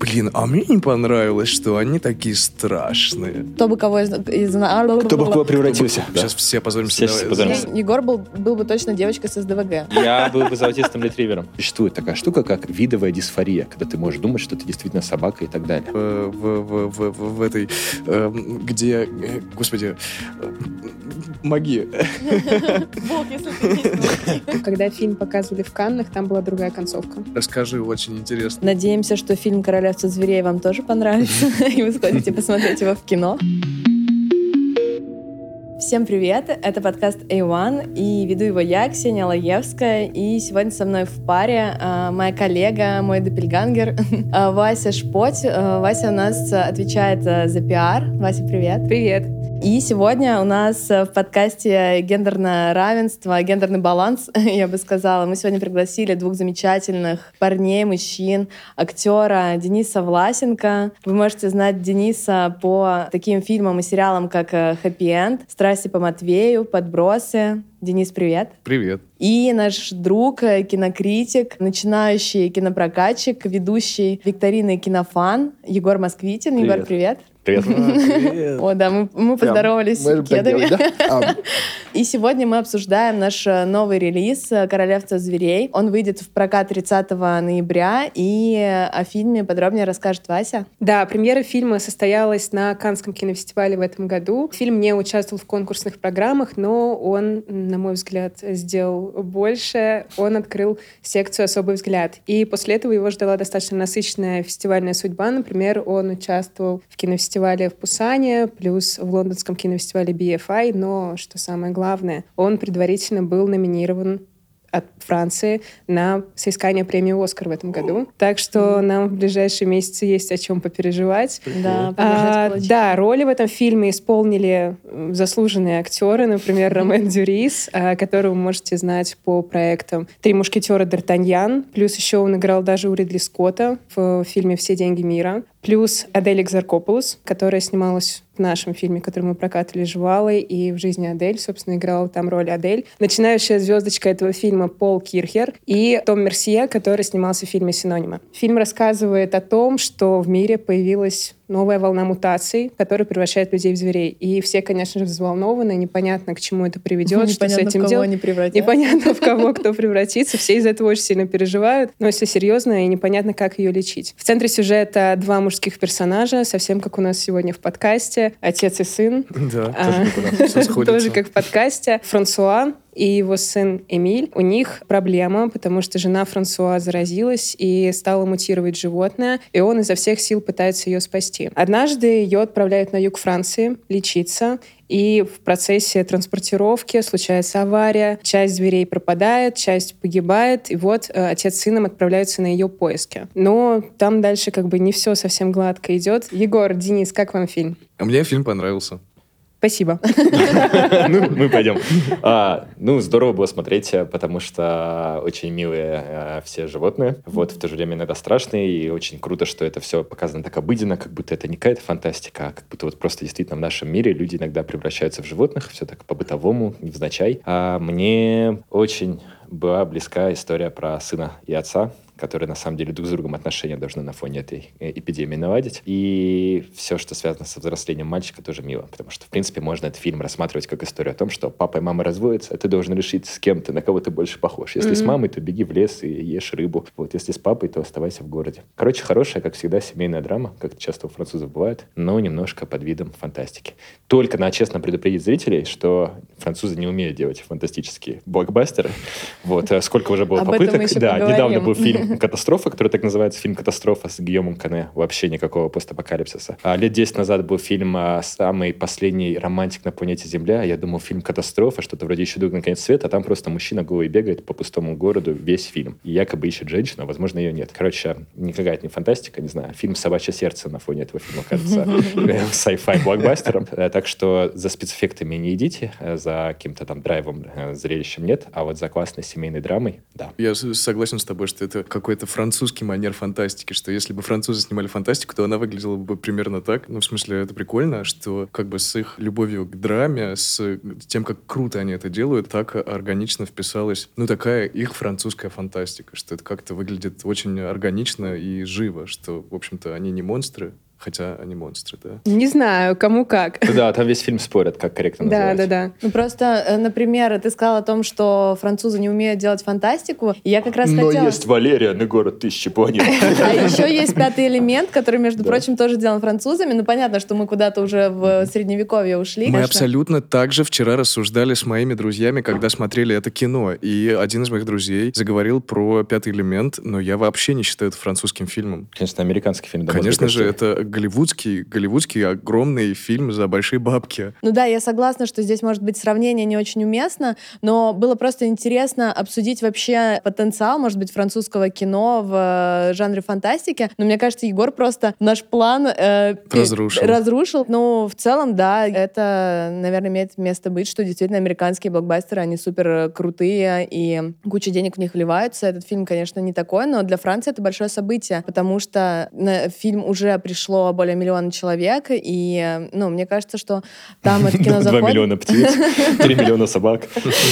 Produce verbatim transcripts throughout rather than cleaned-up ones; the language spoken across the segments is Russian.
Блин, а мне не понравилось, что они такие страшные. Кто бы кого из... из... Кто бы в кого превратился. Сейчас все позоримся. Все позоримся. Егор был, был бы точно девочкой с СДВГ. Я был бы золотистым ретривером. Существует такая штука, как видовая дисфория, когда ты можешь думать, что ты действительно собака и так далее. В, в, в, в, в, в этой, э, где, э, господи, э, маги. Бог, если ты не Когда фильм показывали в Каннах, там была другая концовка. Расскажи, очень интересно. Надеемся, что фильм «Королевство зверей» вам тоже понравится, и вы сходите посмотреть его в кино. Всем привет! Это подкаст эй один, и веду его я, Ксения Лаевская, и сегодня со мной в паре э, моя коллега, мой доппельгангер э, Вася Шпоть. Э, Вася у нас отвечает э, за пиар. Вася, привет! Привет! И сегодня у нас в подкасте гендерное равенство, гендерный баланс, я бы сказала. Мы сегодня пригласили двух замечательных парней, мужчин, актера Дениса Власенко. Вы можете знать Дениса по таким фильмам и сериалам, как «Хэппи Энд», «Страсти по Матвею», «Подбросы». Денис, привет. Привет. И наш друг, кинокритик, начинающий кинопрокатчик, ведущий викторины «Кинофан» Егор Москвитин. Привет. Егор, привет. Привет. Привет. О, да, мы, мы поздоровались Можем так кедами. делать, да? А, И сегодня мы обсуждаем наш новый релиз «Королевство зверей». Он выйдет в прокат тридцатого ноября, и о фильме подробнее расскажет Вася. Да, премьера фильма состоялась на Каннском кинофестивале в этом году. Фильм не участвовал в конкурсных программах, но он, на мой взгляд, сделал больше. Он открыл секцию «Особый взгляд». И после этого его ждала достаточно насыщенная фестивальная судьба. Например, он участвовал в кинофестивале в Пусане, плюс в лондонском кинофестивале би эф ай, но, что самое главное, он предварительно был номинирован от Франции на соискание премии «Оскар» в этом году. Так что нам в ближайшие месяцы есть о чем попереживать. Да, А, да, роли в этом фильме исполнили заслуженные актеры, например, Ромен Дюрис, которого вы можете знать по проектам «Три мушкетера Д'Артаньян», плюс еще он играл даже у Ридли Скотта в фильме «Все деньги мира», плюс Адель Экзаркопулос, которая снималась в нашем фильме, который мы прокатывали «Жвалы», и в жизни Адель, собственно, играла там роль Адель. Начинающая звездочка этого фильма Пол Кирхер и Том Мерсье, который снимался в фильме «Синонимы». Фильм рассказывает о том, что в мире появилась новая волна мутаций, которая превращает людей в зверей. И все, конечно же, взволнованы, непонятно, к чему это приведет, что с этим делать. Непонятно, в кого кто превратится. Все из этого очень сильно переживают. Но если серьезно, и непонятно, как ее лечить. В центре сюжета два мужских персонажа, совсем как у нас сегодня в подкасте. Отец и сын. Да, тоже как у нас все сходится. Тоже как в подкасте. Франсуа и его сын Эмиль. У них проблема, потому что жена Франсуа заразилась и стала мутировать животное, и он изо всех сил пытается ее спасти. Однажды ее отправляют на юг Франции лечиться, и в процессе транспортировки случается авария, часть зверей пропадает, часть погибает, и вот э, отец с сыном отправляются на ее поиски. Но там дальше как бы не все совсем гладко идет. Егор, Денис, как вам фильм? А мне фильм понравился. Спасибо. Ну, мы пойдем. А, ну, здорово было смотреть, потому что очень милые а, все животные. Вот, в то же время иногда страшные. И очень круто, что это все показано так обыденно, как будто это не какая-то фантастика, а как будто вот просто действительно в нашем мире люди иногда превращаются в животных. Все так по-бытовому, невзначай. А мне очень была близка история про сына и отца, которые, на самом деле, друг с другом отношения должны на фоне этой эпидемии наладить. И все, что связано со взрослением мальчика, тоже мило. Потому что, в принципе, можно этот фильм рассматривать как историю о том, что папа и мама разводятся, а ты должен решить, с кем ты, на кого ты больше похож. Если mm-hmm. с мамой, то беги в лес и ешь рыбу. Вот, если с папой, то оставайся в городе. Короче, хорошая, как всегда, семейная драма, как часто у французов бывает, но немножко под видом фантастики. Только надо честно предупредить зрителей, что французы не умеют делать фантастические блокбастеры. Вот, сколько уже было попыток. Да, недавно был фильм «Катастрофа», который так называется, фильм «Катастрофа» с Гийомом Кане. Вообще никакого постапокалипсиса. А лет десять назад был фильм «Самый последний романтик на планете Земля». Я думал, фильм «Катастрофа», что-то вроде «Ищу друг на конец света», а там просто мужчина голый бегает по пустому городу весь фильм. И якобы ищет женщину, а возможно, ее нет. Короче, никакая это не фантастика, не знаю. Фильм «Собачье сердце» на фоне этого фильма кажется sci-fi блокбастером. Так что за спецэффектами не идите, за каким-то там драйвом, зрелищем нет, а вот за классной семейной драмой, да. Я согласен с тобой, что это как какой-то французский манер фантастики, что если бы французы снимали фантастику, то она выглядела бы примерно так. Ну, в смысле, это прикольно, что как бы с их любовью к драме, с тем, как круто они это делают, так органично вписалась, ну, такая их французская фантастика, что это как-то выглядит очень органично и живо, что, в общем-то, они не монстры, хотя они монстры, да? Не знаю, кому как. Да, там весь фильм спорят, как корректно Да, называть. да, да. Ну, просто, например, ты сказал о том, что французы не умеют делать фантастику, и я как раз Но хотела... есть Валериан и город тысячи планет. А еще есть «Пятый элемент», который, между прочим, тоже сделан французами. Ну, понятно, что мы куда-то уже в Средневековье ушли. Мы конечно. абсолютно так же вчера рассуждали с моими друзьями, когда смотрели это кино. И один из моих друзей заговорил про «Пятый элемент», но я вообще не считаю это французским фильмом. Конечно, американский фильм. да, Конечно может же, быть, это голливудский, голливудский огромный фильм за большие бабки. Ну да, я согласна, что здесь, может быть, сравнение не очень уместно, но было просто интересно обсудить вообще потенциал, может быть, французского кино в э, жанре фантастики. Но мне кажется, Егор просто наш план э, Разрушил. разрушил. Ну, в целом, да, это, наверное, имеет место быть, что действительно американские блокбастеры, они супер крутые, и куча денег в них вливаются. Этот фильм, конечно, не такой, но для Франции это большое событие, потому что на фильм уже пришло более миллиона человек, и, ну, мне кажется, что там это кино заходит... Два миллиона птиц, три миллиона собак.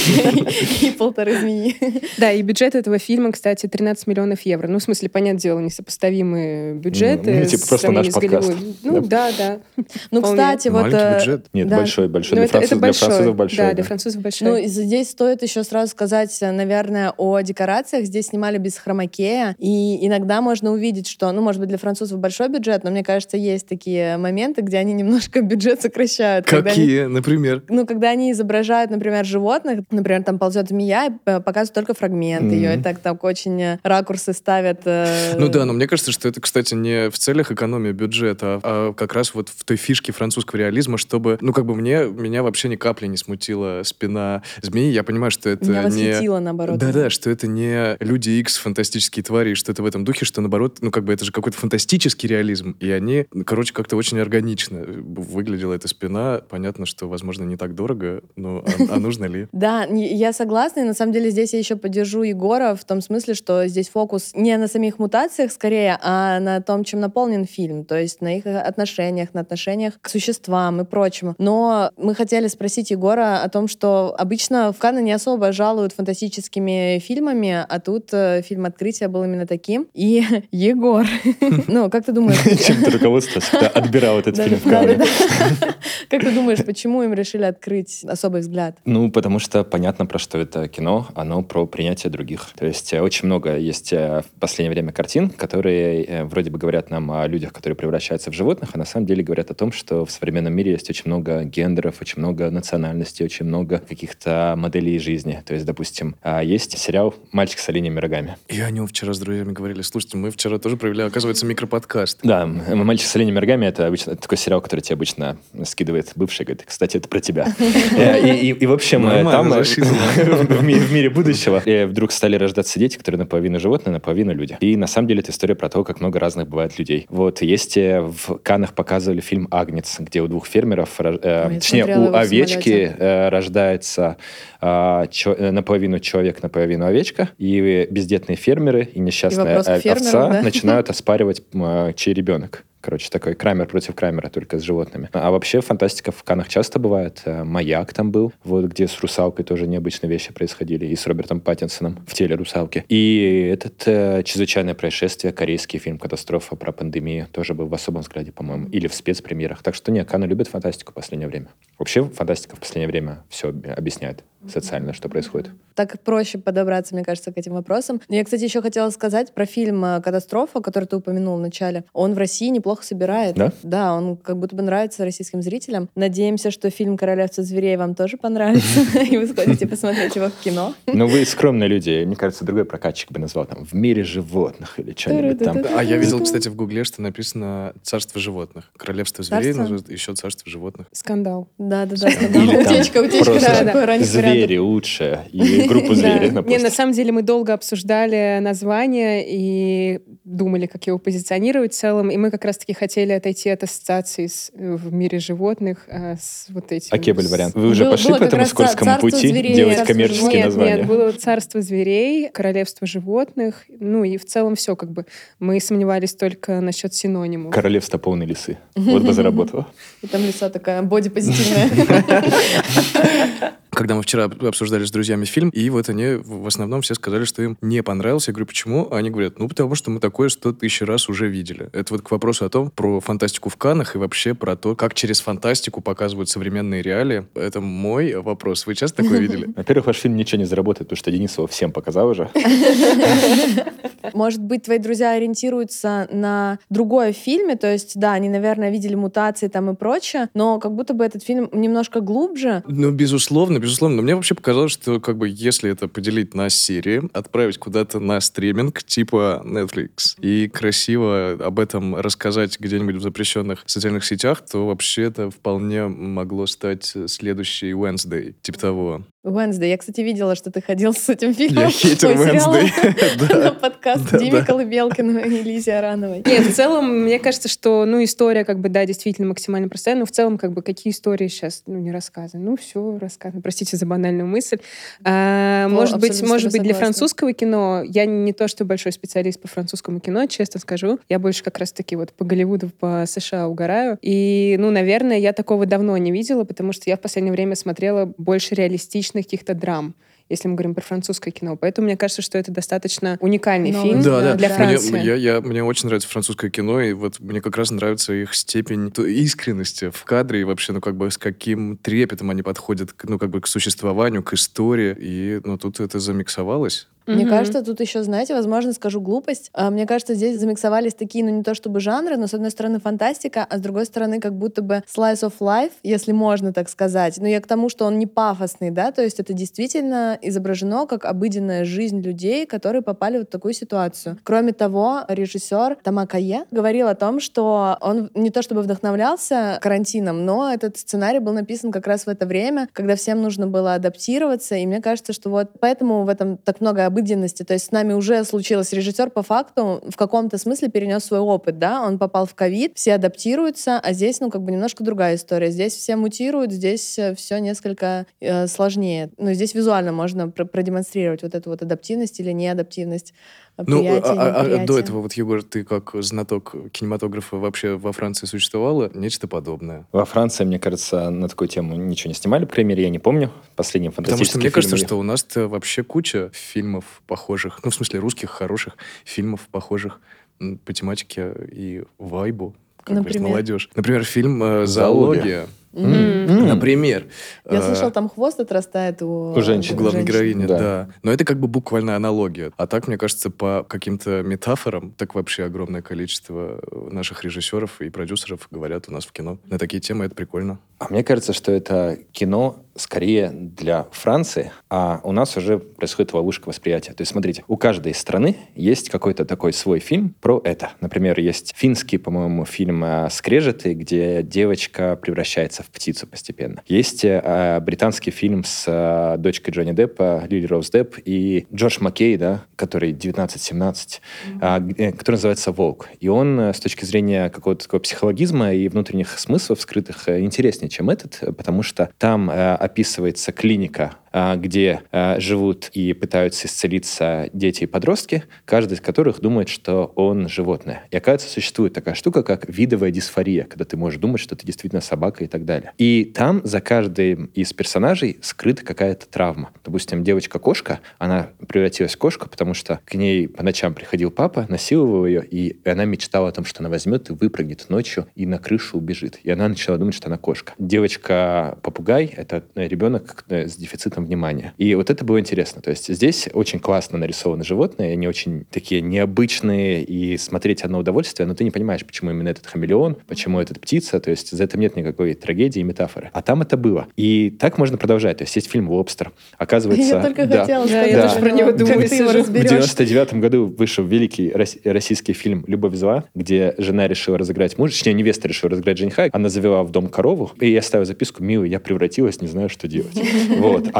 И полторы змеи. Да, и бюджет этого фильма, кстати, тринадцать миллионов евро. Ну, в смысле, понятное дело, несопоставимые бюджеты. Ну, типа в просто наш сравнении с подкаст. Голливудом. Ну, да, да. Ну, Вполне. кстати, вот... Маленький э, бюджет. Нет, Да. большой, большой. Ну, Для это, это французов- для большой. французов большой. Да, да. для французов большой. Ну, и здесь стоит еще сразу сказать, наверное, о декорациях. Здесь снимали без хромакея, и иногда можно увидеть, что, ну, может быть, для французов большой бюджет, но мне кажется, есть такие моменты, где они немножко бюджет сокращают. когда они- Какие, например? Ну, когда они изображают, например, животных, например, там ползет змея, и э, показывают только фрагмент ее, и так, так очень э, ракурсы ставят. э, Ну да, но мне кажется, что это, кстати, не в целях экономии бюджета, а как раз вот в той фишке французского реализма, чтобы, ну как бы мне, меня вообще ни капли не смутила спина змеи. Я понимаю, что это Меня не... восхитило, наоборот. Да-да, что это не Люди Икс, фантастические твари, и что это в этом духе, что наоборот, ну как бы это же какой-то фантастический реализм, и они, короче, как-то очень органично выглядела эта спина. Понятно, что, возможно, не так дорого, но а, а нужно ли? Да, н- я согласна, и на самом деле здесь я еще поддержу Егора в том смысле, что здесь фокус не на самих мутациях скорее, а на том, чем наполнен фильм, то есть на их отношениях, на отношениях к существам и прочему. Но мы хотели спросить Егора о том, что обычно в Канны не особо жалуют фантастическими фильмами, а тут э, фильм «Открытие» был именно таким. И Егор, ну, как ты думаешь... Чем ты руководствовался, когда отбирал этот Да, фильм в да, Канны? да, да. Как ты думаешь, почему им решили открыть особый взгляд? Ну, потому что понятно, про что это кино. Оно про принятие других. То есть э, очень много есть э, в последнее время картин, которые э, вроде бы говорят нам о людях, которые превращаются в животных, а на самом деле говорят о том, что в современном мире есть очень много гендеров, очень много национальностей, очень много каких-то моделей жизни. То есть, допустим, э, есть сериал «Мальчик с оленями рогами». И о нем вчера с друзьями говорили. Слушайте, мы вчера тоже провели, оказывается, микроподкаст. Да, м- «Мальчик с оленями рогами» — это обычно это такой сериал, который тебе обычно скидывает бывший, говорит, кстати, это про тебя. Э, И, и- и, в общем, э, Нормально, там э, засчитано. в ми- в мире будущего э, вдруг стали рождаться дети, которые наполовину животные, наполовину люди. И на самом деле это история про то, как много разных бывает людей. Вот, есть э, в Каннах показывали фильм «Агнец», где у двух фермеров, рож- э, Ой, я точнее, смотрела у его в овечки самолете. э, рождается а, чё- э, наполовину человек, наполовину овечка, и бездетные фермеры и несчастная вопрос к э, фермерам, овца да? начинают оспаривать, м, чей ребенок. Короче, такой Крамер против Крамера, только с животными. А вообще фантастика в Каннах часто бывает. Э, «Маяк» там был, вот где с русалкой тоже необычные вещи происходили, и с Робертом Паттинсоном в теле русалки. И этот э, «Чрезвычайное происшествие», корейский фильм «Катастрофа» про пандемию, тоже был в «Особом взгляде», по-моему, или в спецпремьерах. Так что нет, Канны любят фантастику в последнее время. Вообще фантастика в последнее время все объясняет социально, что происходит. Так проще подобраться, мне кажется, к этим вопросам. Я, кстати, еще хотела сказать про фильм э, «Катастрофа», который ты упомянул в начале. Он в России неплохо собирает. Да? Да, он как будто бы нравится российским зрителям. Надеемся, что фильм «Королевство зверей» вам тоже понравится, и вы сходите посмотреть его в кино. Ну, вы скромные люди. Мне кажется, другой прокатчик бы назвал там «В мире животных» или что-нибудь там. А я видел, кстати, в Гугле, что написано «Царство животных». Королевство зверей Царство? называют еще «Царство животных». Скандал. Да-да-да, Или там утечка, утечка, просто да, такой ранний «Зверь звери лучше и группу звери на Не, на самом деле мы долго обсуждали название и думали, как его позиционировать в целом, и мы как раз-таки хотели отойти от ассоциаций с, в мире животных а, с вот этим. А какой был вариант? Вы уже Было- пошли было по как этому раз скользкому царство пути зверей, делать царство коммерческие Нет, названия? нет, было царство зверей, королевство животных, ну и в целом все как бы. Мы сомневались только насчет синонимов. Королевство полной лисы. Вот бы заработало. И там лицо такая бодипозитивная. Когда мы вчера обсуждали с друзьями фильм, и вот они в основном все сказали, что им не понравился. Я говорю, почему? Они говорят, ну, потому что мы такое сто тысяч раз уже видели. Это вот к вопросу о том, про фантастику в Каннах и вообще про то, как через фантастику показывают современные реалии. Это мой вопрос. Вы часто такое видели? Во-первых, ваш фильм ничего не заработает, потому что Денис его всем показал уже. Может быть, твои друзья ориентируются на другое в фильме, то есть, да, они, наверное, видели мутации там и прочее, но как будто бы этот фильм немножко глубже. Ну, безусловно, безусловно. Но мне вообще показалось, что как бы если это поделить на серии, отправить куда-то на стриминг типа Netflix и красиво об этом рассказать где-нибудь в запрещенных социальных сетях, то вообще это вполне могло стать следующей Wednesday, типа того. Wednesday. Я, кстати, видела, что ты ходил с этим фильмом. Я хейтер Ой, сериалом Wednesday. на подкаст Да, Диме да. Колыбелкину и Лизе Арановой. Нет, в целом, мне кажется, что, ну, история, как бы, да, действительно максимально простая, но в целом, как бы, какие истории сейчас, ну, не рассказаны? Ну, все рассказано. Простите за банальную мысль. А, О, может быть, абсолютно с может тобой быть, для согласна. французского кино, я не то, что большой специалист по французскому кино, честно скажу, я больше как раз-таки вот по Голливуду, по США угораю. И, ну, наверное, я такого давно не видела, потому что я в последнее время смотрела больше реалистичных каких-то драм, если мы говорим про французское кино. Поэтому мне кажется, что это достаточно уникальный Новый фильм Да, да. для да. Франции. Мне, я, я- мне очень нравится французское кино, и вот мне как раз нравится их степень той искренности в кадре, и вообще, ну, как бы с каким трепетом они подходят, к, ну, как бы к существованию, к истории, и, ну, тут это замиксовалось. Мне Мгм. кажется, тут еще, знаете, возможно, скажу глупость. А, Мне кажется, здесь замиксовались такие, ну не то чтобы жанры, но с одной стороны фантастика, а с другой стороны как будто бы slice of life, если можно так сказать. Но я к тому, что он не пафосный, да, то есть это действительно изображено как обыденная жизнь людей, которые попали в вот такую ситуацию. Кроме того, режиссер Тома Кайе говорил о том, что он не то чтобы вдохновлялся карантином, но этот сценарий был написан как раз в это время, когда всем нужно было адаптироваться, и мне кажется, что вот поэтому в этом так много обыденности. То есть с нами уже случилось. Режиссер по факту в каком-то смысле перенес свой опыт, да, он попал в ковид, все адаптируются, а здесь, ну, как бы немножко другая история. Здесь все мутируют, здесь все несколько э, сложнее. Ну, здесь визуально можно пр- продемонстрировать вот эту вот адаптивность или неадаптивность Ну, приятия, а, а- а неприятия. до этого, вот, Егор, ты как знаток кинематографа вообще во Франции существовало нечто подобное? Во Франции, мне кажется, на такую тему ничего не снимали, по крайней мере, я не помню. Последний Потому фантастический что мне кажется, фильм. что у нас-то вообще куча фильмов похожих, ну, в смысле, русских, хороших фильмов похожих м, по тематике и вайбу, как говорит Например? молодежь. Например, фильм э, «Зоология». «Зоология». Мгм. М. Например. Я э, слышала, там хвост отрастает у, У женщины. У главной женщины. героини, Да. да. Но это как бы буквально аналогия. А так, мне кажется, по каким-то метафорам, так вообще огромное количество наших режиссеров и продюсеров говорят у нас в кино. На такие темы это прикольно. А мне кажется, что это кино скорее для Франции, а у нас уже происходит ловушка восприятия. То есть, смотрите, у каждой страны есть какой-то такой свой фильм про это. Например, есть финский, по-моему, фильм э, «Скрежеты», где девочка превращается в птицу постепенно. Есть э, британский фильм с э, дочкой Джонни Деппа, Лили Роуз Депп, и Джордж Маккей, да, который девятнадцать семнадцать, mm-hmm. э, который называется «Волк». И он э, с точки зрения какого-то такого психологизма и внутренних смыслов скрытых э, интереснее, чем этот, потому что там э, описывается клиника, э, где э, живут и пытаются исцелиться дети и подростки, каждый из которых думает, что он животное. И оказывается, существует такая штука, как видовая дисфория, когда ты можешь думать, что ты действительно собака и так далее. И там за каждым из персонажей скрыта какая-то травма. Допустим, девочка-кошка, она превратилась в кошку, потому что к ней по ночам приходил папа, насиловал ее, и она мечтала о том, что она возьмет и выпрыгнет ночью и на крышу убежит. И она начала думать, что она кошка. Девочка-попугай — это ребенок с дефицитом внимания. И вот это было интересно. То есть здесь очень классно нарисованы животные, они очень такие необычные, и смотреть одно удовольствие, но ты не понимаешь, почему именно этот хамелеон, почему этот птица, то есть за этим нет никакой трагедии и метафоры. А там это было. И так можно продолжать. То есть есть фильм «Лобстер». Оказывается... Я только да, хотела Да, сказать, я тоже что про него думаю, как ты его сижу. В в разберешь. девяносто девятом году вышел великий рос- российский фильм «Любовь зла», где жена решила разыграть мужа, точнее, невеста решила разыграть жениха, она завела в дом корову, и я ставила записку: «Милый, я превратилась, не знаю, что делать». Вот. А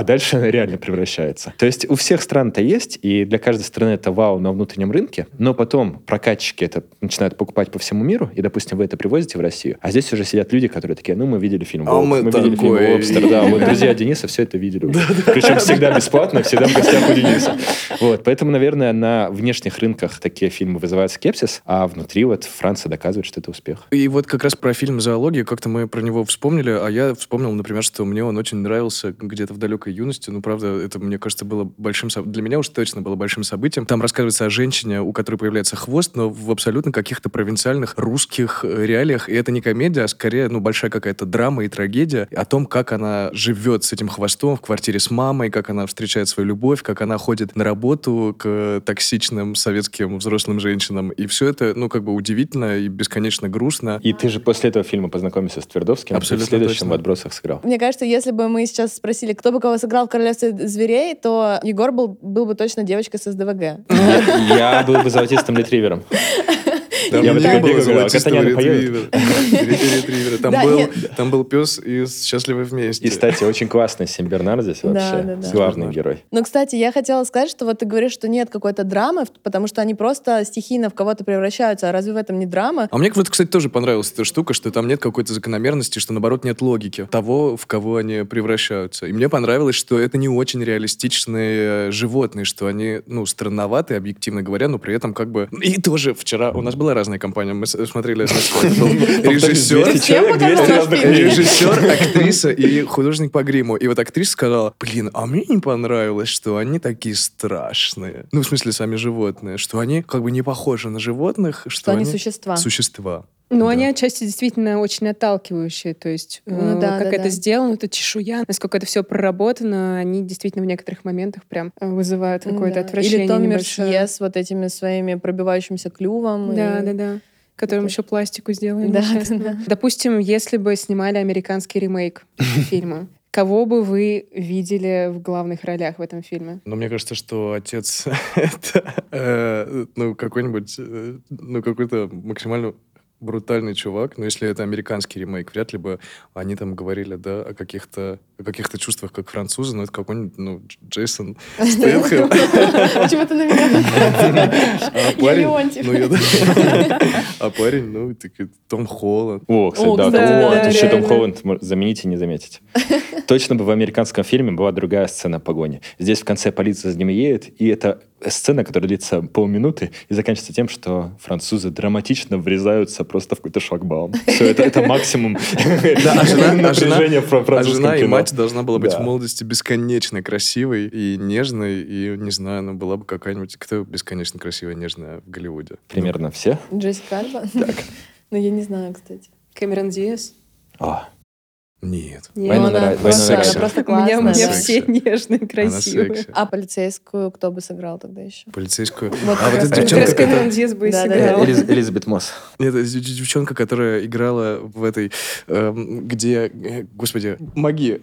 дальше она реально превращается. То есть у всех стран это есть, и для каждой страны это вау на внутреннем рынке, но потом прокатчики это начинают покупать по всему миру, и, допустим, вы это привозите в Россию, а здесь уже сидят люди, которые такие, ну, мы видели фильм А «Волк», мы мы видели фильм такой. «Лобстер», да, вот друзья Дениса все это видели уже. Причем всегда бесплатно, всегда в гостях у Дениса. Вот, поэтому, наверное, на внешних рынках такие фильмы вызывают скепсис, а внутри вот Франция доказывает, что это успех. И вот как раз про фильм «Зоология», как-то мы про него вспомнили, а я вспомнил, например, что мне он очень нравился где-то в далекой юности. Ну, правда, это, мне кажется, было большим... со- Для меня уж точно было большим событием. Там рассказывается о женщине, у которой появляется хвост, но в абсолютно каких-то провинциальных русских э, реалиях. И это не комедия, а скорее, ну, большая какая-то драма и трагедия о том, как она живет с этим хвостом в квартире с мамой, как она встречает свою любовь, как она ходит на работу к токсичным советским взрослым женщинам. И все это, ну, как бы удивительно и бесконечно грустно. И ты же после этого фильма познакомился с Твердовским, Абсолютно и в следующем точно. в «Отбросах» сыграл. Мне кажется, если бы мы сейчас спросили, кто бы кого сыграл в «Королевстве зверей», то Егор был, был бы точно девочкой с СДВГ. Я был бы золотистым ретривером. Там Я не вот так было бегаю, говорю, а золотистого Катаняна поедет? ретривера. Ретривера. Там Да, был- нет. Там был пес из «Счастливы вместе». И, кстати, очень классный Симбернар здесь Да, вообще. да, да. Главный Симбернар. герой. Ну, кстати, я хотела сказать, что вот ты говоришь, что нет какой-то драмы, в- потому что они просто стихийно в кого-то превращаются. А разве в этом не драма? А мне вот, кстати, тоже понравилась эта штука, что там нет какой-то закономерности, что, наоборот, нет логики того, в кого они превращаются. И мне понравилось, что это не очень реалистичные э, животные, что они, ну, странноваты, объективно говоря, но при этом как бы... И тоже вчера у нас была разная компания, мы с- смотрели значит, был режиссер, двести человек, показал двести наш разных фильм? мнений. режиссер, актриса и художник по гриму. И вот актриса сказала, блин, а мне не понравилось, что они такие страшные. Ну, в смысле, сами животные. Что они как бы не похожи на животных. Что, Что они существа. Существа. Ну, Да. они отчасти действительно очень отталкивающие. То есть, э, Ну да, как да, это да. сделано, это чешуя, насколько это все проработано, они действительно в некоторых моментах прям э, вызывают какое-то Да. отвращение Или Том небольшое. Мерсье с вот этими своими пробивающимся клювом. Да, и- да, да. Которым Это- еще пластику сделали. Да, несчастного. да, да. Допустим, если бы снимали американский ремейк фильма, кого бы вы видели в главных ролях в этом фильме? Но мне кажется, что отец это э, ну какой-нибудь э, ну какой-то максимально брутальный чувак. Но если это американский ремейк, вряд ли бы они там говорили, да, о каких-то о каких-то чувствах, как французы, но это какой-нибудь, ну, Дж- Джейсон Стэтхэм. Почему ты на меня? А Я парень, Леонтьев. ну, я- а парень, ну, такой Том Холланд. О, кстати, О, да, кстати, Том да, Холланд. Еще Том реально. Холланд мо- заменить и не заметить. Точно бы в американском фильме была другая сцена погони. Здесь в конце полиция за ним едет, и это сцена, которая длится полминуты и заканчивается тем, что французы драматично врезаются просто в какой-то шлагбаум. Все, это, это максимум Да, а жена, а жена- напряжения в а французском жена и кино. мать должна была быть Да. в молодости бесконечно красивой и нежной, и, не знаю, ну, была бы какая-нибудь... Кто бесконечно красивая и нежная в Голливуде? Примерно все. Джессика Альба? Ну, я не знаю, кстати. Кэмерон Диас? О, Нет. Нет. Война Ну, на она Ра- просто- Война на она Райсе. просто У меня, у классная. меня Она все секси. нежные, Она красивые. секси. А полицейскую кто бы сыграл тогда еще? Полицейскую. Вот а как вот раз эта таки. девчонка, Как раз Кэмерон которая... Диас бы и Да, да, сыграл. Элиз- Элизабет Мосс. Нет, это дев- девчонка, которая играла в этой... эм, где... э, Господи, маги.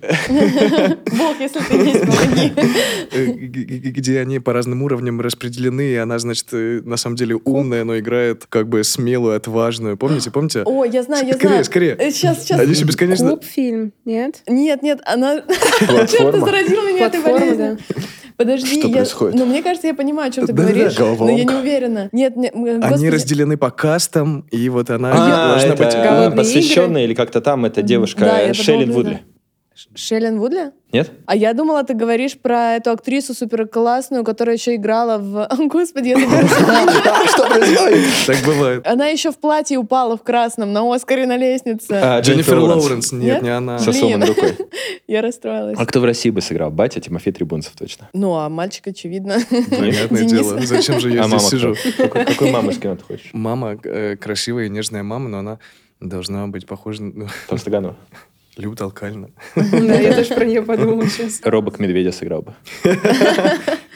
Бог, если ты есть, помоги. Э, г- г- Где они по разным уровням распределены, и она, значит, э, на самом деле умная, но играет как бы смелую, отважную. Помните, помните? О, я знаю, я Скорее, знаю. скорее. Сейчас, сейчас. Они еще бесконечно... Клуб фильм, нет? Нет, нет, она... Черт, ты Платформа. заразил меня этой Платформа, болезнью. Подожди, Что я... происходит? Ну, мне кажется, я понимаю, о чем ты Да-да-да. говоришь, но я Головоломка. не уверена. Нет, нет, м, Они господи. разделены по кастам, и вот она А, должна это быть... Голодные посвященная или как-то там, это Да, девушка я Шейлин подумала, Вудли. Шейлин Вудли? Нет? А я думала, ты говоришь про эту актрису супер классную, которая еще играла в... О, Господи, я забыла. Что происходит? Так бывает. Она еще в платье упала в красном на Оскаре на лестнице. А, Дженнифер Лоуренс. Нет, Нет? не она. Со сломанной Блин. рукой. Я расстроилась. А кто в России бы сыграл? Батя Тимофей Трибунцев точно. Ну, а мальчик, очевидно. Понятное Денис. дело. Зачем же я А здесь мама сижу? кто? Какой- Какой мамы с кино ты хочешь? Мама э, красивая и нежная мама, но она должна быть похожа на ну, Толстоганова. Люба Толкальна. Да, я тоже про нее подумала сейчас. Робок Медведя сыграл бы.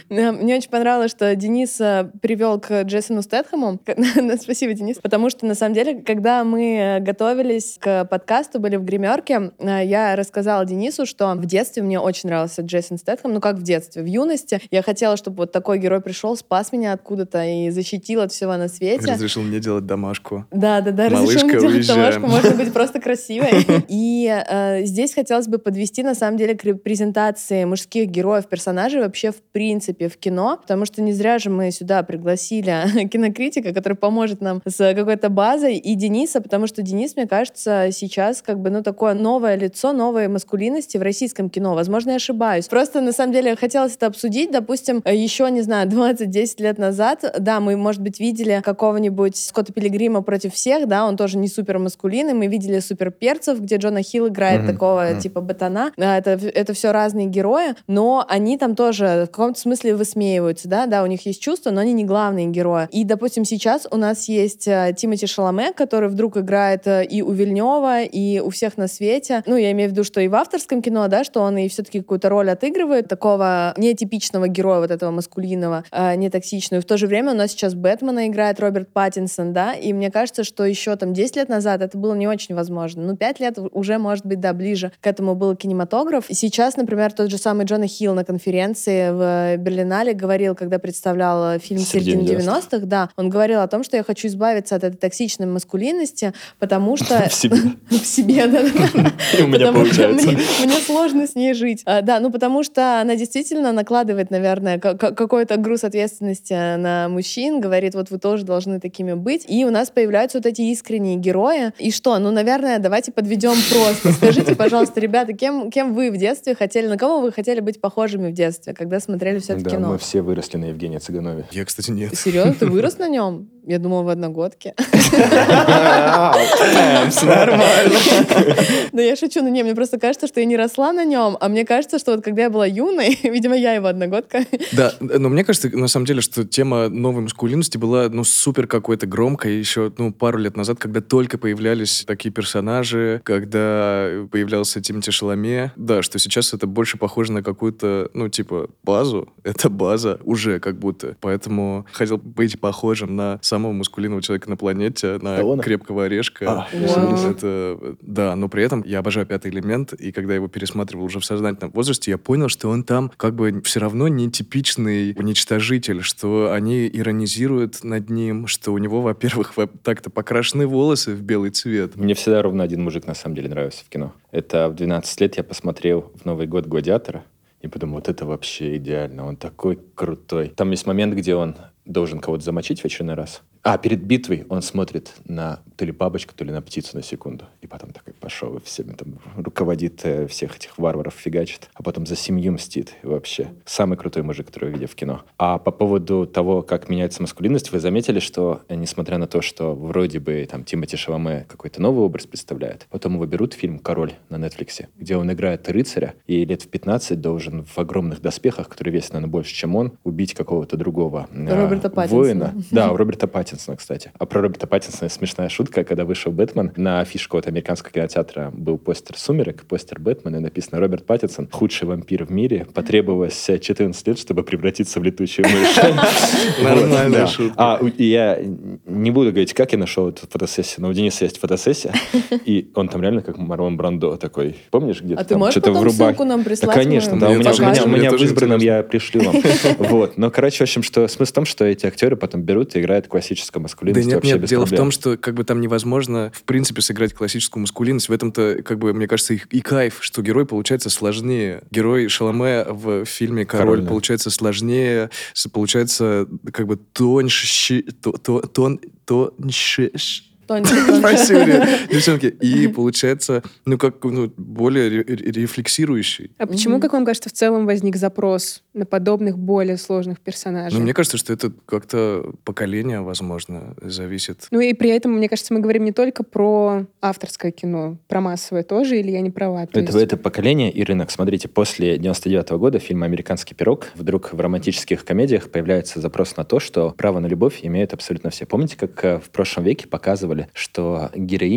Мне очень понравилось, что Денис привел к Джейсону Стэтхэму. Спасибо, Денис. Потому что, на самом деле, когда мы готовились к подкасту, были в гримерке, я рассказала Денису, что в детстве мне очень нравился Джейсон Стэтхэм. Ну, как в детстве, в юности. Я хотела, чтобы вот такой герой пришел, спас меня откуда-то и защитил от всего на свете. Разрешил мне делать домашку. Да-да-да, разрешил мне делать домашку. Можно быть просто красивой. И э, здесь хотелось бы подвести, на самом деле, к репрезентации мужских героев, персонажей вообще в принципе в кино, потому что не зря же мы сюда пригласили кинокритика, который поможет нам с какой-то базой, и Дениса, потому что Денис, мне кажется, сейчас как бы, ну, такое новое лицо, новой маскулинности в российском кино. Возможно, я ошибаюсь. Просто, на самом деле, хотелось это обсудить. Допустим, еще, не знаю, двадцать-десять лет назад, да, мы, может быть, видели какого-нибудь Скотта Пилигрима против всех, да, он тоже не супер маскулинный, мы видели суперперцев, где Джона Хилл играет mm-hmm. такого mm-hmm. типа ботана. Это, это все разные герои, но они там тоже в каком-то смысле высмеиваются, да, да, у них есть чувства, но они не главные герои. И, допустим, сейчас у нас есть э, Тимоти Шаломе, который вдруг играет э, и у Вильнёва, и у всех на свете. Ну, я имею в виду, что и в авторском кино, да, что он и все-таки какую-то роль отыгрывает, такого нетипичного героя, вот этого маскулинного, э, нетоксичного. И в то же время у нас сейчас Бэтмена играет Роберт Паттинсон, да, и мне кажется, что еще там десять лет назад это было не очень возможно. Ну, пять лет уже, может быть, да, ближе к этому был кинематограф. И сейчас, например, тот же самый Джона Хилл на конференции в Берлинале говорил, когда представлял фильм «Середина девяностых», да, он говорил о том, что я хочу избавиться от этой токсичной маскулинности, потому что... В себе. В себе, да. И у меня получается. Мне сложно с ней жить. Да, ну потому что она действительно накладывает, наверное, какой-то груз ответственности на мужчин, говорит, вот вы тоже должны такими быть. И у нас появляются вот эти искренние герои. И что? Ну, наверное, давайте подведем просто. Скажите, пожалуйста, ребята, кем, кем вы в детстве хотели, на кого вы хотели быть похожими в детстве, когда смотрели все это да, кино? Мы все выросли на Евгении Цыганове. Я, кстати, нет. Серьезно? Ты вырос на нем? Я думала, в одногодке. Нормально. Да я шучу, но не, мне просто кажется, что я не росла на нем, а мне кажется, что вот когда я была юной, видимо, я его одногодка. Да, но мне кажется, на самом деле, что тема новой маскулинности была, ну, супер какой-то громкой еще, ну, пару лет назад, когда только появлялись такие персонажи, когда появлялся Тимоти Шаломе. Да, что сейчас это больше похоже на какую-то, ну, типа, базу. Это база уже как будто. Поэтому хотел быть похожим на самого маскулинного человека на планете, на Кого-то? крепкого орешка. А, это, да, но при этом я обожаю «Пятый элемент», и когда я его пересматривал уже в сознательном возрасте, я понял, что он там как бы все равно не типичный уничтожитель, что они иронизируют над ним, что у него, во-первых, так-то покрашены волосы в белый цвет. Мне всегда ровно один мужик, на самом деле, нравился в кино. Это в двенадцать лет я посмотрел в Новый год «Гладиатора», и подумал, вот это вообще идеально, он такой крутой. Там есть момент, где он должен кого-то замочить в очередной раз. А, перед битвой он смотрит на то ли бабочку, то ли на птицу на секунду. И потом такой пошел, и всеми там руководит, э, всех этих варваров фигачит. А потом за семью мстит. И вообще самый крутой мужик, который я видел в кино. А по поводу того, как меняется маскулинность, вы заметили, что, э, несмотря на то, что вроде бы там Тимоти Шаломе какой-то новый образ представляет, потом его берут фильм «Король» на Netflix, где он играет рыцаря, и лет в пятнадцать должен в огромных доспехах, которые весят, наверное, больше, чем он, убить какого-то другого э, Роберта Паттинсона. воина. Да, у Роберта Паттинсона, кстати. А про Роберта Паттинсона смешная шутка, когда вышел «Бэтмен», на афише какого-то американского кинотеатра был постер «Сумерек», постер «Бэтмена», и написано «Роберт Паттинсон, худший вампир в мире, потребовалось четырнадцать лет, чтобы превратиться в летучую мышь». Нормальная шутка. А я не буду говорить, как я нашел эту фотосессию, но у Дениса есть фотосессия, и он там реально как Марлон Брандо такой. Помнишь, где-то А ты там можешь что-то в потом рубахе? ссылку нам прислать? Да, конечно, мы да, у меня, у тоже меня, хочу, у мне меня в тоже избранном интересно. я пришлю вам. Вот. Но, короче, в общем, что смысл в том, что эти актеры потом берут и играют классическую Да маскулинность нет, вообще нет, без дело проблем. в том, что как бы там невозможно в принципе сыграть классическую маскулинность. В этом-то, как бы, мне кажется, и, и кайф, что герой получается сложнее. Герой Шаломе в фильме «Король», Король, да. получается сложнее, с- получается как бы тоньше, то- то- тон, тоньше... Тоньше, тоньше. Спасибо, девчонки. И получается, ну, как, ну, более ре- ре- рефлексирующий. А почему, Мгм. как вам кажется, в целом возник запрос на подобных более сложных персонажей? Ну, мне кажется, что это как-то поколение, возможно, зависит. Ну и при этом, мне кажется, мы говорим не только про авторское кино, про массовое тоже, или я не права? То Это, есть- это поколение и рынок. Смотрите, после девяносто девятого года фильма «Американский пирог» вдруг в романтических комедиях появляется запрос на то, что право на любовь имеют абсолютно все. Помните, как э, в прошлом веке показывали, что героиня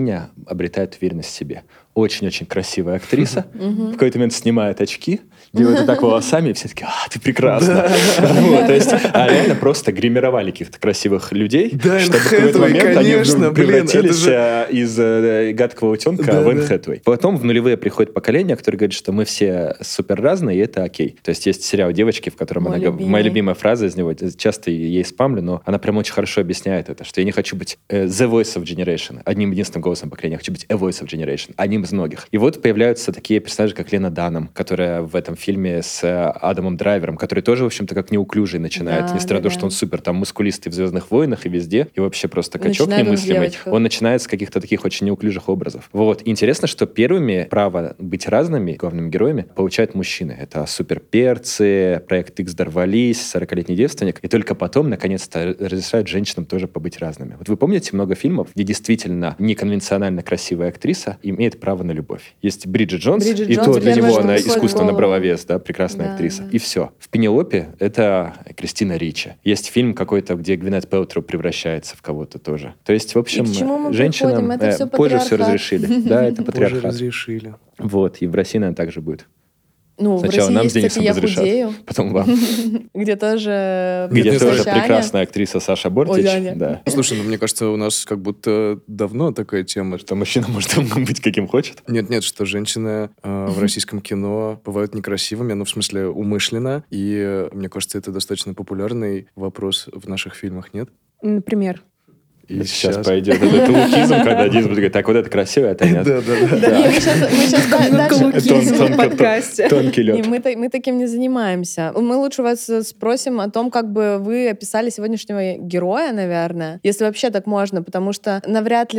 обретает уверенность в себе. Очень-очень красивая актриса. В какой-то момент снимает очки, делает вот так волосами, и все такие: а, ты прекрасна. Вот, то есть, а реально просто гримировали каких-то красивых людей, Да, чтобы в Энн какой-то Хэтэуэй, момент конечно, они блин, превратились это э, из э, гадкого утенка Да, в Энн да. Хэтэуэй. Потом в нулевые приходит поколение, которое говорит, что мы все супер разные, и это окей. То есть есть сериал «Девочки», в котором Мой она... гов- любимый. Моя любимая фраза из него, часто ей спамлю, но она прям очень хорошо объясняет это, что я не хочу быть э, the voice of generation, одним единственным голосом поколения, я хочу быть a voice of generation, одним из многих. И вот появляются такие персонажи, как Лена Данном, которая в этом фильме с э, Адамом Драйвером, который тоже, в общем-то, как неуклюжий начинает, Да, несмотря на да, то, что да. он супер там мускулистый в «Звездных войнах» и везде, и вообще просто качок Начинает он в немыслимый. девочках. Он начинает с каких-то таких очень неуклюжих образов. Вот. И интересно, что первыми право быть разными главными героями получают мужчины. Это «Суперперцы», «Проект Икс», «Дорвались», «сорокалетний девственник». И только потом, наконец-то, разрешают женщинам тоже побыть разными. Вот вы помните много фильмов, где действительно неконвенционально красивая актриса имеет право на любовь? Есть Бриджит Джонс, Бриджит и Джонс то для первое, него что она приходит в искусство голову. набрала вес, да, прекрасная Да, актриса. да. И все. В «Пенелопе» это Кристина Ричи. Есть фильм какой-то, где Гвинет Пэлтроу превращается в кого-то тоже. То есть, в общем, И к чему мы женщинам приходим? Это э, всё позже все патриархат. разрешили. Да, это Позже патриархат. разрешили. Вот, и в России, наверное, так же будет. Ну, Сначала в России нам есть, с Денисом кстати, «Я разрешат, худею», потом вам. где тоже Где нет, тоже прощание. прекрасная актриса Саша Бортич. Ой, Аня. Да. Слушай, ну мне кажется, у нас как будто давно такая тема. Что мужчина может быть каким хочет. Нет-нет, что женщины э, в российском кино бывают некрасивыми, ну, в смысле, умышленно. И э, мне кажется, это достаточно популярный вопрос в наших фильмах, нет? Например. И Сейчас пойдет этот лукизм, когда Денис будет говорить: так, вот это красиво, это нет. Да-да-да. Да, не, мы сейчас, мы сейчас да- дальше... Лукизм Тон- в тонко- подкасте. Тонкий Не, лед. мы, та- мы таким не занимаемся. Мы лучше вас э, спросим о том, как бы вы описали сегодняшнего героя, наверное, если вообще так можно, потому что навряд ли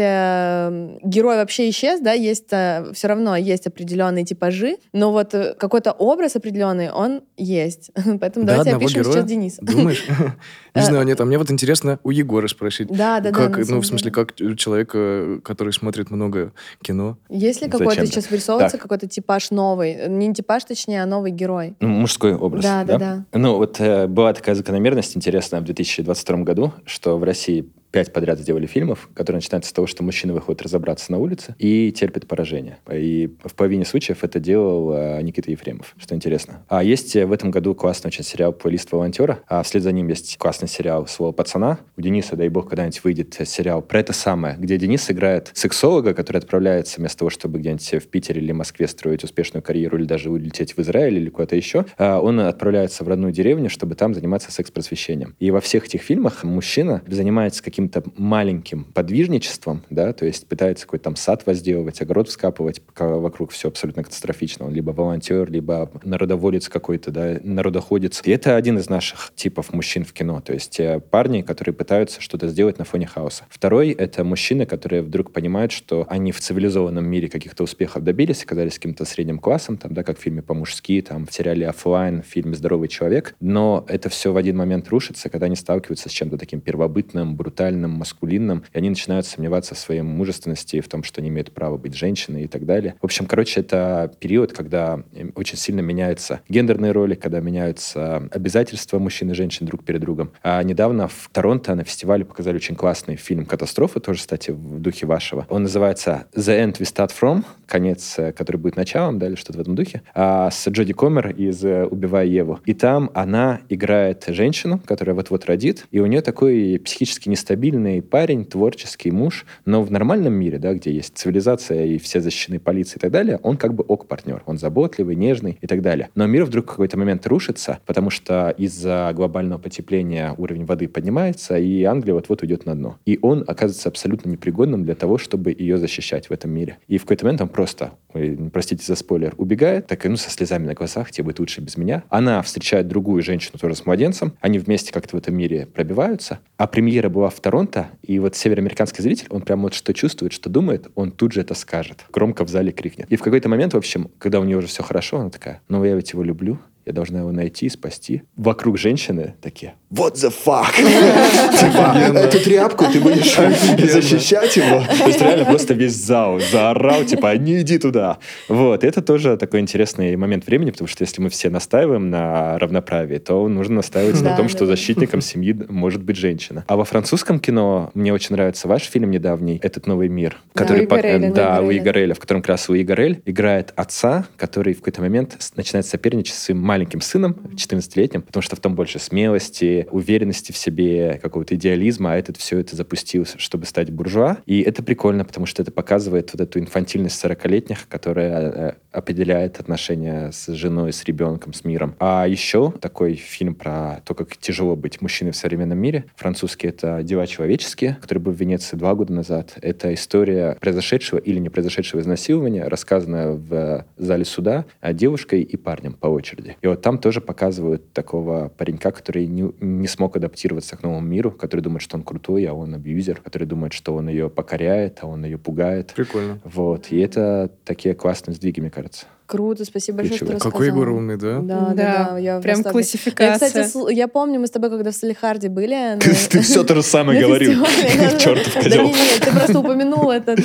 э, герой вообще исчез, да, есть все равно есть определенные типажи, но вот э, какой-то образ определенный, он есть. Поэтому Да, давайте одного опишем героя? сейчас Дениса. Думаешь? Не знаю, нет, а мне вот интересно у Егора спросить. Да, да, да. Как, на ну, самом в смысле, деле. как у человека, который смотрит много кино. Есть ли какой-то Зачем-то. сейчас вырисовывается Так. какой-то типаж новый? Не типаж, точнее, а новый герой. Ну, мужской образ. Да, да, да. Ну, вот э, была такая закономерность интересная в две тысячи двадцать втором году, что в России пять подряд сделали фильмов, которые начинаются с того, что мужчина выходит разобраться на улице и терпит поражение. И в половине случаев это делал э, Никита Ефремов, что интересно. А есть э, в этом году классный очень сериал «Плейлист волонтера», а вслед за ним есть классный сериал «Слово пацана». У Дениса, дай бог, когда-нибудь выйдет сериал про это самое, где Денис играет сексолога, который отправляется вместо того, чтобы где-нибудь в Питере или Москве строить успешную карьеру или даже улететь в Израиль или куда-то еще, а он отправляется в родную деревню, чтобы там заниматься секс-просвещением. И во всех этих фильмах мужчина занимается каким-то маленьким подвижничеством, да, то есть пытается какой-то там сад возделывать, огород вскапывать, пока вокруг все абсолютно катастрофично. Он либо волонтер, либо народоволец какой-то, да, народоходец. И это один из наших типов мужчин в кино, то есть э, парни, которые пытаются что-то сделать на фоне хаоса. Второй — это мужчины, которые вдруг понимают, что они в цивилизованном мире каких-то успехов добились, оказались каким-то средним классом, там, да, как в фильме «По-мужски», там, в сериале «Оффлайн», в фильме «Здоровый человек», но это все в один момент рушится, когда они сталкиваются с чем-то таким первобытным, брутальным, маскулинным, и они начинают сомневаться в своей мужественности, в том, что они имеют право быть женщиной и так далее. В общем, короче, это период, когда очень сильно меняются гендерные роли, когда меняются обязательства мужчин и женщин друг перед другом. А недавно в Торонто на фестивале показали очень классный фильм «Катастрофа», тоже, кстати, в духе вашего. Он называется «The End We Start From», конец, который будет началом, да, или что-то в этом духе, а с Джоди Комер из «Убивая Еву». И там она играет женщину, которая вот-вот родит, и у нее такой психически нестабильный парень, творческий муж, но в нормальном мире, да, где есть цивилизация и все защищены полицией и так далее, он как бы ок-партнер. Он заботливый, нежный и так далее. Но мир вдруг в какой-то момент рушится, потому что из-за глобального потепления уровень воды поднимается, и Англия вот-вот уйдет на дно. И он оказывается абсолютно непригодным для того, чтобы ее защищать в этом мире. И в какой-то момент он просто, ой, простите за спойлер, убегает, так и ну со слезами на глазах, тебе будет лучше без меня. Она встречает другую женщину тоже с младенцем, они вместе как-то в этом мире пробиваются. А премьера была в Торонто, и вот североамериканский зритель, он прям вот что чувствует, что думает, он тут же это скажет. Громко в зале крикнет. И в какой-то момент, в общем, когда у нее уже все хорошо, она такая: ну я ведь его люблю, я должна его найти и спасти. Вокруг женщины такие, what the fuck? Типа, эту тряпку ты будешь защищать его? То есть реально просто весь зал заорал, типа, не иди туда. Вот, это тоже такой интересный момент времени, потому что если мы все настаиваем на равноправии, то нужно настаивать на том, что защитником семьи может быть женщина. А во французском кино мне очень нравится ваш фильм недавний «Этот новый мир», который да, Луи Гарреля, в котором как раз Луи Гаррель играет отца, который в какой-то момент начинает соперничать с своим маленьким сыном, четырнадцатилетним, потому что в том больше смелости, уверенности в себе, какого-то идеализма, а этот все это запустил, чтобы стать буржуа. И это прикольно, потому что это показывает вот эту инфантильность сорокалетних, которая определяет отношения с женой, с ребенком, с миром. А еще такой фильм про то, как тяжело быть мужчиной в современном мире. Французский — это «Дела человеческие», который был в Венеции два года назад. Это история произошедшего или не произошедшего изнасилования, рассказанная в зале суда девушкой и парнем по очереди. И вот там тоже показывают такого паренька, который не, не смог адаптироваться к новому миру, который думает, что он крутой, а он абьюзер, который думает, что он ее покоряет, а он ее пугает. Прикольно. Вот. И это такие классные сдвиги, мне кажется. Круто, спасибо большое, что рассказала. Какой Егор умный, да? Да, да, да. да. Я прям классификация. Я, кстати, я помню, мы с тобой, когда в Салехарде были... Ты все то же самое говорил. Чертов козел. Да нет, ты просто упомянул этот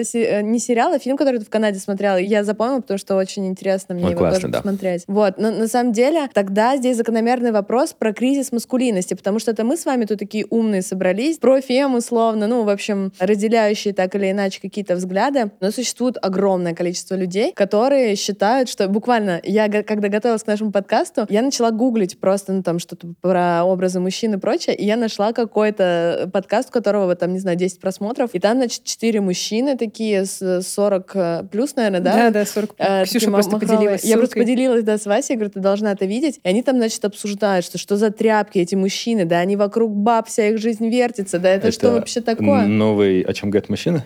не сериал, а фильм, который ты в Канаде смотрела. Я запомнила, потому что очень интересно мне его тоже посмотреть. Вот, но на самом деле тогда здесь закономерный вопрос про кризис маскулинности, потому что это мы с вами тут такие умные собрались, про-фем условно, ну, в общем, разделяющие так или иначе какие-то взгляды, но существует огромное количество людей, которые считают, что буквально я, когда готовилась к нашему подкасту, я начала гуглить просто, ну, там, что-то про образы мужчин и прочее, и я нашла какой-то подкаст, у которого, вот, там, не знаю, десять просмотров, и там, значит, четыре мужчины такие с сорок плюс, наверное, да? Да, да, сорок плюс. Э, Ксюша просто махровые. поделилась ссылкой. Я просто поделилась, да, с Васей, я говорю, ты должна это видеть. И они там, значит, обсуждают, что что за тряпки эти мужчины, да, они вокруг баб, вся их жизнь вертится, да, это, это что вообще такое? Новый «О чем говорят мужчины»?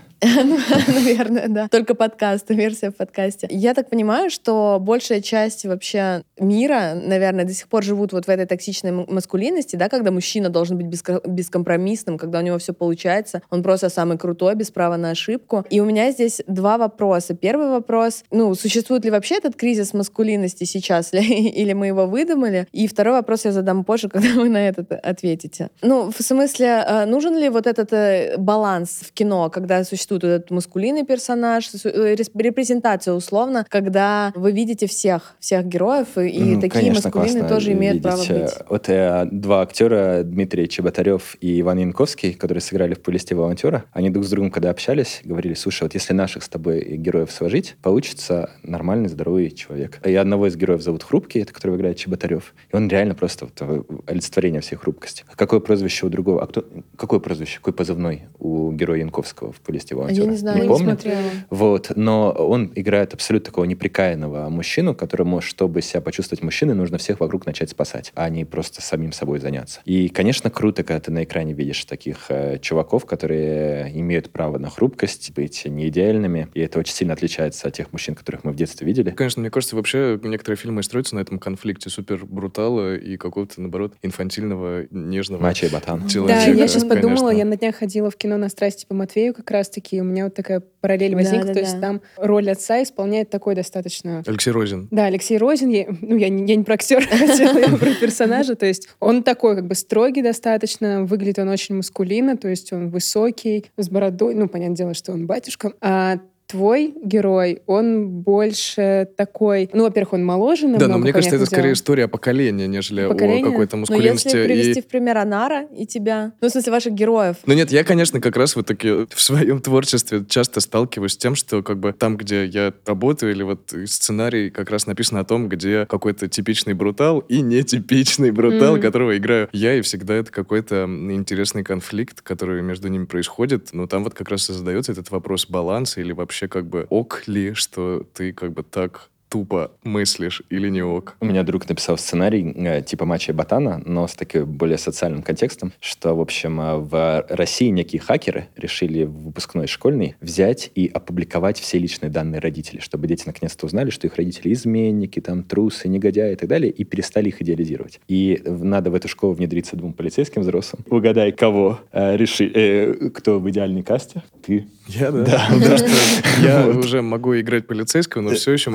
Наверное, да. Только подкаст, версия в подкасте. Я так понимаю, что большая часть вообще мира, наверное, до сих пор живут вот в этой токсичной маскулинности, да, когда мужчина должен быть бескомпромиссным, когда у него все получается, он просто самый крутой, без права на ошибку. И у меня здесь два вопроса. Первый вопрос, ну, существует ли вообще этот кризис маскулинности сейчас, или мы его выдумали? И второй вопрос я задам позже, когда вы на этот ответите. Ну, в смысле, нужен ли вот этот баланс в кино, когда существует этот маскулинный персонаж, репрезентация условно, когда вы видите всех, всех героев, и ну, такие конечно, маскулины тоже имеют видеть. Право быть. Вот э, два актера, Дмитрий Чеботарев и Иван Янковский, которые сыграли в «Повести волонтера», они друг с другом, когда общались, говорили, слушай, вот если наших с тобой героев сложить, получится нормальный, здоровый человек. И одного из героев зовут Хрупкий, это которого играет Чеботарев. И он реально просто вот, олицетворение всей хрупкости. Какое прозвище у другого? А кто, какое прозвище, какой позывной у героя Янковского в «Повести волонтера»? Я не знаю, не я помню. не смотрела. Вот, но он играет абсолютно такого неприкаянного мужчину, которому, чтобы себя почувствовать мужчиной, нужно всех вокруг начать спасать, а не просто самим собой заняться. И, конечно, круто, когда ты на экране видишь таких э, чуваков, которые имеют право на хрупкость, быть не идеальными, и это очень сильно отличается от тех мужчин, которых мы в детстве видели. Конечно, мне кажется, вообще некоторые фильмы строятся на этом конфликте супер брутала и какого-то, наоборот, инфантильного, нежного мачо и ботан. Да, я сейчас конечно. подумала, я на днях ходила в кино «На страсти по Матвею» как раз-таки, и у меня вот такая параллель возникла, да, да, то есть да. там роль отца исполняет такой достаточно... Алексей Розин. Да, Алексей Розин, я, ну, я не, я не про актера хотела, я про персонажа, то есть он такой как бы строгий достаточно, выглядит он очень маскулинно, то есть он высокий, с бородой, ну, понятное дело, что он батюшка, а твой герой, он больше такой... Ну, во-первых, он моложе намного, да, но мне кажется, это дело. Скорее история о поколении, нежели поколение? О какой-то маскулинности. Но если привести и... в пример Анара и тебя, ну, в смысле, ваших героев. Ну нет, я, конечно, как раз вот таки в своем творчестве часто сталкиваюсь с тем, что как бы там, где я работаю, или вот сценарий как раз написан о том, где какой-то типичный брутал и нетипичный брутал, mm-hmm. которого играю я, и всегда это какой-то интересный конфликт, который между ними происходит. Но там вот как раз и задается этот вопрос баланса или вообще как бы ок ли, что ты как бы так тупо мыслишь или не ок. У меня друг написал сценарий э, типа «Мачо и ботана», но с таким более социальным контекстом, что, в общем, в России некие хакеры решили в выпускной школьный взять и опубликовать все личные данные родителей, чтобы дети наконец-то узнали, что их родители изменники, там, трусы, негодяи и так далее, и перестали их идеализировать. И надо в эту школу внедриться двум полицейским взрослым. Угадай, кого э, реши, э, кто в идеальной касте? Ты. Я, да? Да. Потому что я уже могу играть полицейского, но все еще могу притворяться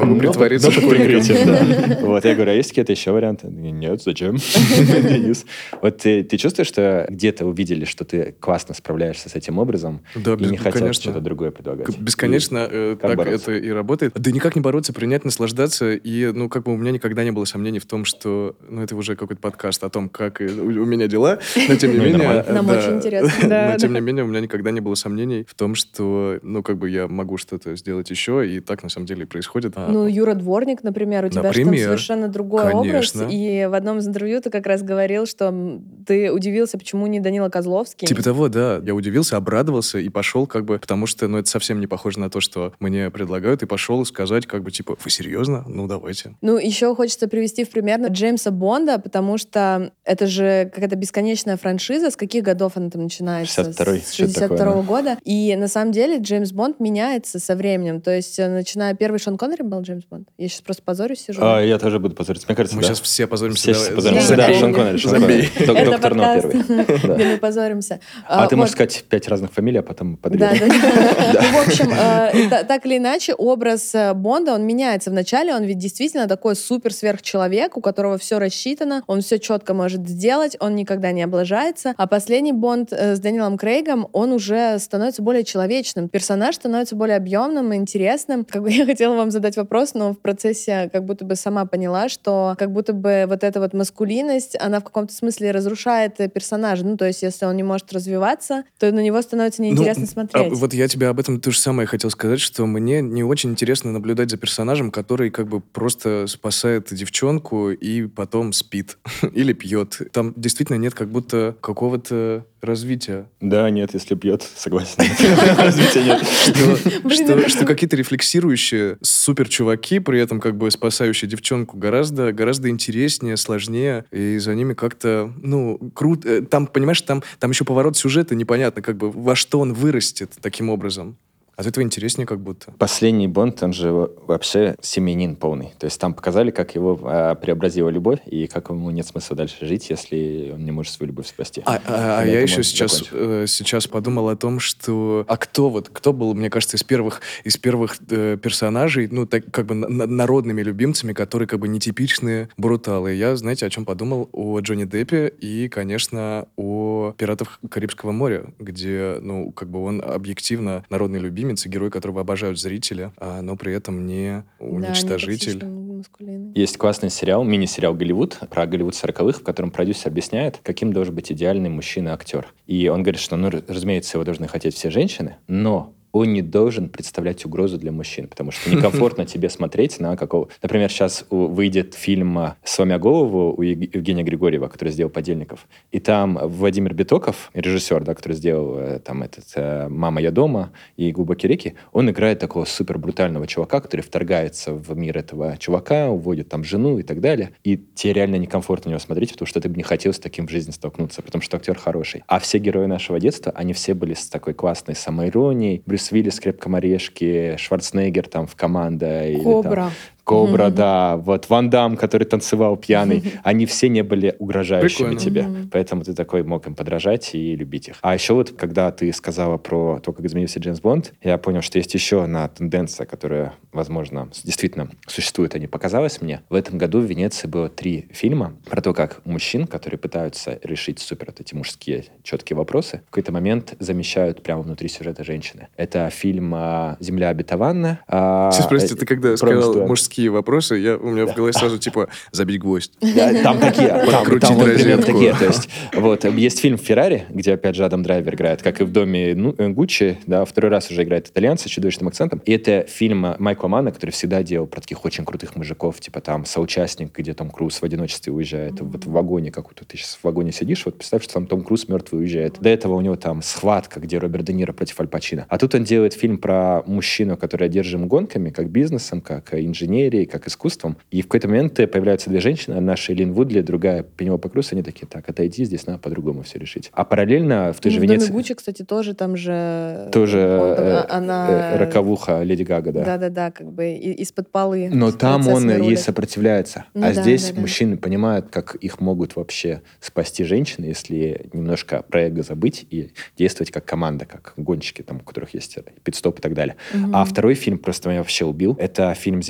притвориться под прикрытием, да. Вот, я говорю, а есть какие-то еще варианты? Нет, зачем? Денис. Вот ты чувствуешь, что где-то увидели, что ты классно справляешься с этим образом, Да, и не хотят конечно. что-то другое предлагать? Бесконечно э, так бороться? это и работает. Да никак не бороться, принять, наслаждаться. И, ну, как бы у меня никогда не было сомнений в том, что... Ну, это уже какой-то подкаст о том, как у, у меня дела. Но, тем не Ну, и менее... нормально. Нам да, очень интересно. Да, Но, тем да. не менее, у меня никогда не было сомнений в том, что, ну, как бы я могу что-то сделать еще, и так, на самом деле, и происходит. А, Ну, Юра Дворник, например, у тебя же там Например. совершенно другой Конечно. образ. И в одном из интервью ты как раз говорил, что м, ты удивился, почему не Данила Козловский. Типа того, да. Я удивился, обрадовался и пошел как бы, потому что, ну, это совсем не похоже на то, что мне предлагают, и пошел сказать как бы, типа, вы серьезно? Ну, давайте. Ну, еще хочется привести в пример Джеймса Бонда, потому что это же какая-то бесконечная франшиза. С каких годов она там начинается? шестьдесят второй, С что-то шестьдесят такое, второго да. года. И на самом деле Джеймс Бонд меняется со временем. То есть, э, начиная... Первый Шон Коннери был Джеймс Бонд? Я сейчас просто позорюсь, сижу. А, я тоже буду позориться. Мне кажется, Мы да. сейчас все позоримся. Все давай. сейчас позоримся. Да, Да, да. Шон Коннери, Шон Забей. Коннери. Док- Это Доктор Но подкаст, первый. Да. где мы позоримся. А ты вот. можешь сказать пять разных фамилий, а потом Да, подрезать. да. Ну, в общем, э, та- так или иначе, образ э, Бонда, он меняется. Вначале он ведь действительно такой супер-сверхчеловек, у которого все рассчитано, он все четко может сделать, он никогда не облажается. А последний Бонд э, с Дэниелом Крейгом, он уже становится более человечным. Персонаж становится более объемным и интересным. Как бы я хотела вам задать вопрос, но в процессе как будто бы сама поняла, что как будто бы вот эта вот маскулинность, она в каком-то смысле разрушает э, персонажа. Ну, то есть, если он не может развиваться, то на него становится неинтересно Ну, смотреть. а вот я тебе об этом то же самое хотел сказать, что мне не очень интересно наблюдать за персонажем, который как бы просто спасает девчонку и потом спит или пьет. Там действительно нет как будто какого-то развития. Да, нет, если пьет, согласен. Развития нет. Что, Блин, что- это- что какие-то рефлексирующие супер чуваки, при этом как бы спасающие девчонку, гораздо, гораздо интереснее, сложнее, и за ними как-то, ну, круто. Там, понимаешь, там, там еще поворот сюжета непонятно, как бы во что он вырастет таким образом. От этого интереснее как будто. Последний Бонд, он же вообще семьянин полный. То есть там показали, как его а, преобразила любовь, и как ему нет смысла дальше жить, если он не может свою любовь спасти. А, а- а На я этом еще он сейчас, закончил. э, сейчас подумал о том, что... А кто вот, кто был, мне кажется, из первых, из первых э, персонажей, ну, так как бы на- на- народными любимцами, которые как бы нетипичные бруталы. Я, знаете, о чем подумал? О Джонни Деппе и, конечно, о «Пиратах Карибского моря», где, ну, как бы он объективно народный любимец, и герой, которого обожают зрители, а, но при этом не Да, уничтожитель. не токсично маскулинный. Есть классный сериал, мини-сериал «Голливуд», про Голливуд сороковых, в котором продюсер объясняет, каким должен быть идеальный мужчина-актер. И он говорит, что, ну, разумеется, его должны хотеть все женщины, но он не должен представлять угрозу для мужчин, потому что некомфортно тебе смотреть на какого... Например, сейчас у- выйдет фильм «Сломя голову» у Ев- Евгения Григорьева, который сделал «Подельников». И там Владимир Битоков, режиссер, да, который сделал э, там этот э, «Мама, я дома» и «Глубокие реки», он играет такого супер брутального чувака, который вторгается в мир этого чувака, уводит там жену и так далее. И тебе реально некомфортно на него смотреть, потому что ты бы не хотел с таким в жизни столкнуться, потому что актер хороший. А все герои нашего детства, они все были с такой классной самоиронией. Брюс Уиллис в «Крепком орешке», Шварценеггер там в «Команда». или там Кобра. Кобра, да, вот Ван Дам, который танцевал пьяный, они все не были угрожающими Прикольно. тебе, Мгм. поэтому ты такой мог им подражать и любить их. А еще вот, когда ты сказала про то, как изменился Джеймс Бонд, я понял, что есть еще одна тенденция, которая, возможно, с- действительно существует, а не показалась мне. В этом году в Венеции было три фильма про то, как мужчин, которые пытаются решить супер вот эти мужские четкие вопросы, в какой-то момент замещают прямо внутри сюжета женщины. Это фильм а, «Земля обетованная». а, Сейчас, прости, э, ты когда про сказал менструацию. мужские вопросы, я, у меня в голове сразу типа «забить гвоздь». Да, там такие, там, Подкрутить там вот примерно розетку. такие. То есть, вот, есть фильм «Феррари», где, опять же, Адам Драйвер играет, как и в доме ну, э, Гуччи, да, второй раз уже играет итальянца с чудовищным акцентом. И это фильм э, Майкла Манна, который всегда делал про таких очень крутых мужиков, типа там «Соучастник», где Том Круз в одиночестве уезжает вот в вагоне, как вот ты сейчас в вагоне сидишь, вот представь, что там Том Круз мертвый уезжает. До этого у него там «Схватка», где Роберт Де Ниро против Аль Пачино. А тут он делает фильм про мужчину, который одержим гонками, как бизнесом, как инженерией, как искусством. И в какой-то момент появляются две женщины, одна Шейлин Вудли, другая Пенелопа Круз, они такие, так, отойди, здесь надо по-другому все решить. А параллельно в той Ну, же в «Доме Венеции Гуччи», кстати, тоже там же... тоже он там, э, а- она... э, роковуха Леди Гага, да. Да-да-да, как бы и- из-под полы. Но с там он принцессами ей рулит. сопротивляется. Ну а да, здесь да, да. мужчины понимают, как их могут вообще спасти женщины, если немножко про эго забыть и действовать как команда, как гонщики, там, у которых есть пит-стоп и так далее. Мгм. А второй фильм просто меня вообще убил. Это фильм «Земля обетованная».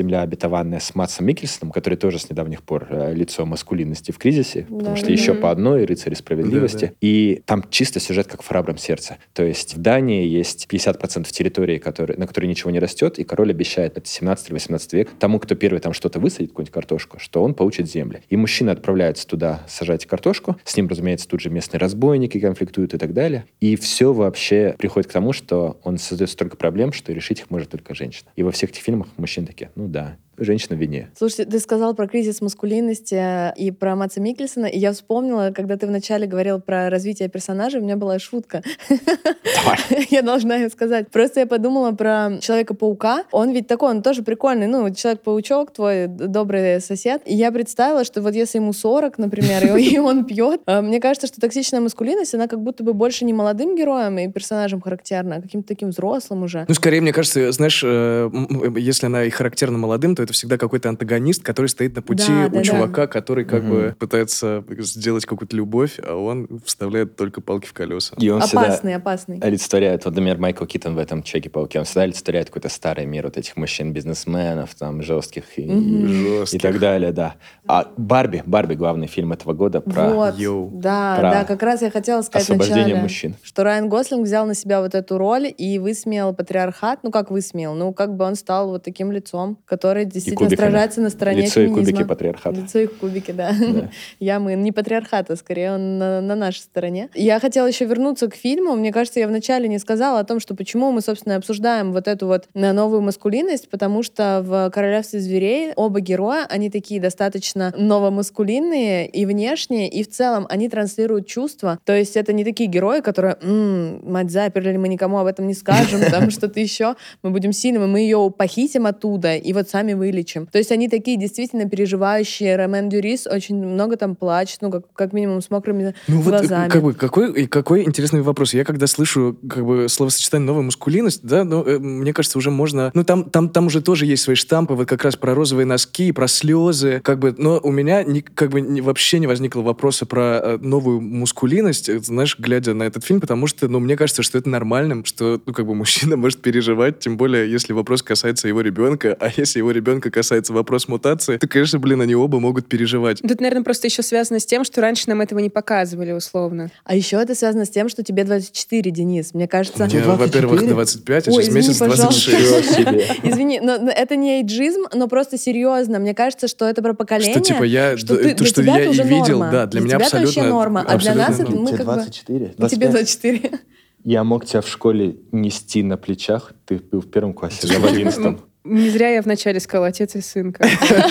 перебинтованная с Мадсом Миккельсоном, который тоже с недавних пор э, лицо маскулинности в кризисе, Да, потому что да, еще да. по одной «Рыцари справедливости». Да, да. И там чисто сюжет как в «Храбром сердце». То есть в Дании есть пятьдесят процентов территории, которые, на которой ничего не растет, и король обещает, это семнадцатый или восемнадцатый век, тому, кто первый там что-то высадит, какую-нибудь картошку, что он получит земли. И мужчины отправляются туда сажать картошку, с ним, разумеется, тут же местные разбойники конфликтуют и так далее. И все вообще приходит к тому, что он создает столько проблем, что решить их может только женщина. И во всех этих фильмах мужчины такие, ну да, женщина в вине. Слушайте, ты сказал про кризис маскулинности и про Мадса Миккельсена, и я вспомнила, когда ты вначале говорил про развитие персонажей, у меня была шутка. Давай. Я должна ее сказать. Просто я подумала про Человека-паука. Он ведь такой, он тоже прикольный. Ну, Человек-паучок, твой добрый сосед. И я представила, что вот если ему сорок, например, и он пьет, мне кажется, что токсичная маскулинность, она как будто бы больше не молодым героем и персонажем характерна, а каким-то таким взрослым уже. Ну, скорее, мне кажется, знаешь, э, м, если она и характерно молодым, то это всегда какой-то антагонист, который стоит на пути Да, у да, да. чувака, который как Мгм. бы пытается сделать какую-то любовь, а он вставляет только палки в колеса. И он всегда Опасный, опасный. олицетворяет, вот, например, Майкл Китон в этом «Человеке-пауке», он всегда олицетворяет какой-то старый мир вот этих мужчин-бизнесменов, там, жестких и, Мгм. и Жестких. так далее, да. А «Барби», «Барби» главный фильм этого года про Вот, Йоу. да, Про да, как раз я хотела сказать освобождение вначале, мужчин. что Райан Гослинг взял на себя вот эту роль и высмеял патриархат. Ну, как высмеял? Ну, как бы он стал вот таким лицом, который действительно кубиками. сражается на стороне Лицо и феминизма. кубики патриархата. Лицо и кубики, да. Да. Я мы не патриархата, скорее он на, на нашей стороне. Я хотела еще вернуться к фильму. Мне кажется, я вначале не сказала о том, что почему мы, собственно, обсуждаем вот эту вот э, новую маскулинность, потому что в «Королевстве зверей» оба героя, они такие достаточно новомаскулинные и внешне, и в целом они транслируют чувства. То есть это не такие герои, которые «М, мать заперли, мы никому об этом не скажем, там что-то еще, мы будем сильными, мы ее похитим оттуда и вот сами вылечим». То есть они такие действительно переживающие. Ромен Дюрис очень много там плачет, ну, как, как минимум с мокрыми Ну вот, э, глазами. как бы, какой, и какой интересный вопрос. Я когда слышу, как бы, словосочетание «новая маскулинность», да, ну, э, мне кажется, уже можно... Ну, там, там, там уже тоже есть свои штампы, вот как раз про розовые носки, про слезы, как бы, но у меня ни, как бы ни- вообще не возникло вопроса про э, новую мускулинность, э, знаешь, глядя на этот фильм, потому что, ну, мне кажется, что это нормальным, что, ну, как бы, мужчина может переживать, тем более, если вопрос касается его ребенка, а если его ребенка касается вопрос мутации, то, конечно, блин, они оба могут переживать. Тут, наверное, просто еще связано с тем, что раньше нам этого не показывали, условно. А еще это связано с тем, что тебе двадцать четыре, Денис. Мне кажется... Мне, двадцать во-первых, четыре? двадцать пять, а Ой, через извини, месяц пожалуйста. двадцать шесть. Ничего себе. Извини, но но это не эйджизм, но просто серьезно. Мне кажется, что это про поколение. Что, типа, я, что д- ты- то, для что тебя я это и уже видел, норма. да, для, меня тебя это абсолютно... вообще норма, а для нас абсолютно это мы Тебе как бы... двадцать четыре? Ну, тебе двадцать четыре. Я мог тебя в школе нести на плечах, ты был в первом классе, я в одиннадцатом. Не зря я вначале сказала отец и сынка.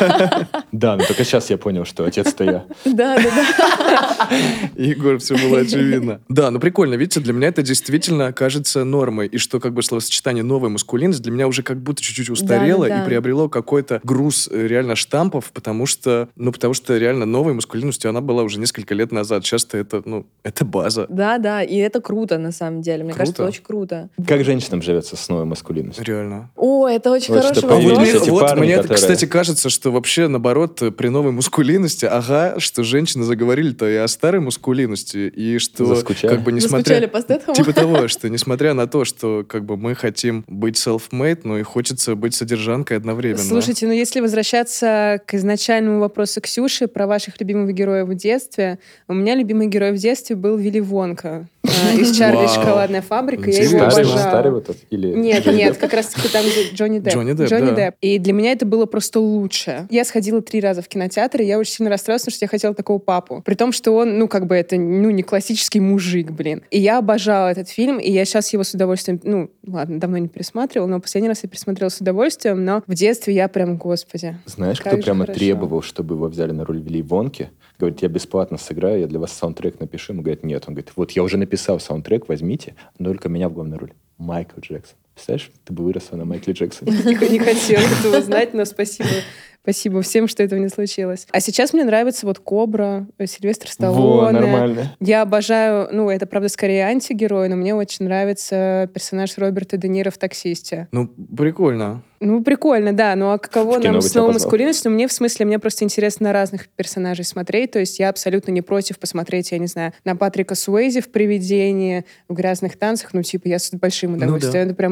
Да, но только сейчас я понял, что отец-то я. Да, да, да. Егор, все было очевидно. Да, ну прикольно, видите, для меня это действительно кажется нормой, и что как бы словосочетание «новая маскулинность» для меня уже как будто чуть-чуть устарело да, да. и приобрело какой-то груз э, реально штампов, потому что, ну, потому что реально новой маскулинностью она была уже несколько лет назад. Сейчас-то это, ну, это база. Да, да, и это круто, на самом деле. Мне Круто. кажется, очень круто. Как женщинам живется с новой маскулинностью? Реально. О, это очень Вот хороший что А вот вопрос. появились мне, эти вот парни, мне, которые- кстати, кажется, что вообще, наоборот, при новой маскулинности, ага, что женщины заговорили-то и о старой маскулинности, и что, Заскучали. как бы, Заскучали несмотря... по Стэтхэму? Типа того, что несмотря на то, что как бы мы хотим быть self-made, но и хочется быть содержанкой одновременно. Слушайте, ну если возвращаться к изначальному вопросу Ксюши про ваших любимых героев в детстве, у меня любимый герой в детстве был Вилли Вонка э, из «Чарли и Вау. шоколадная фабрика». Я его Интересно. Старый, обожала. старый вот этот? Или Нет, Джонни нет, Депп? как раз-таки там, где Джонни Депп. Джонни Депп, да. И для меня это было просто лучше. Я сходила три раза в кинотеатр, и я очень сильно расстроилась, потому что я хотела такого папу. При том, что он, ну, как бы это, ну, не классический мужик, блин. И я обожала этот фильм, и я сейчас его с удовольствием, ну, ладно, давно не пересматривала, но последний раз я пересмотрела с удовольствием, но в детстве я прям, господи. Знаешь, как кто же прямо хорошо. требовал, чтобы его взяли на роль Вилли Вонки? Говорит, я бесплатно сыграю, я для вас саундтрек напишу. Ему говорят, нет. Он говорит, вот я уже написал саундтрек, возьмите, но только меня в главной роли. Майкл Джексон. Представляешь, ты бы выросла на Майкле Джексоне. Не, не хотела этого знать, но спасибо. Спасибо всем, что этого не случилось. А сейчас мне нравится вот «Кобра», Сильвестр Во, Сталлоне. нормально. Я обожаю, ну, это, правда, скорее антигерой, но мне очень нравится персонаж Роберта Де Ниро в «Таксисте». Ну, прикольно. Ну, прикольно, да. Ну, а каково В кино нам бы с тебя новой позвал. маскулинностью? Ну, мне, в смысле, мне просто интересно на разных персонажей смотреть. То есть я абсолютно не против посмотреть, я не знаю, на Патрика Суэйзи в «Привидении», в «Грязных танцах». Ну, типа, я с большим Ну удовольствием. да. Это прям мои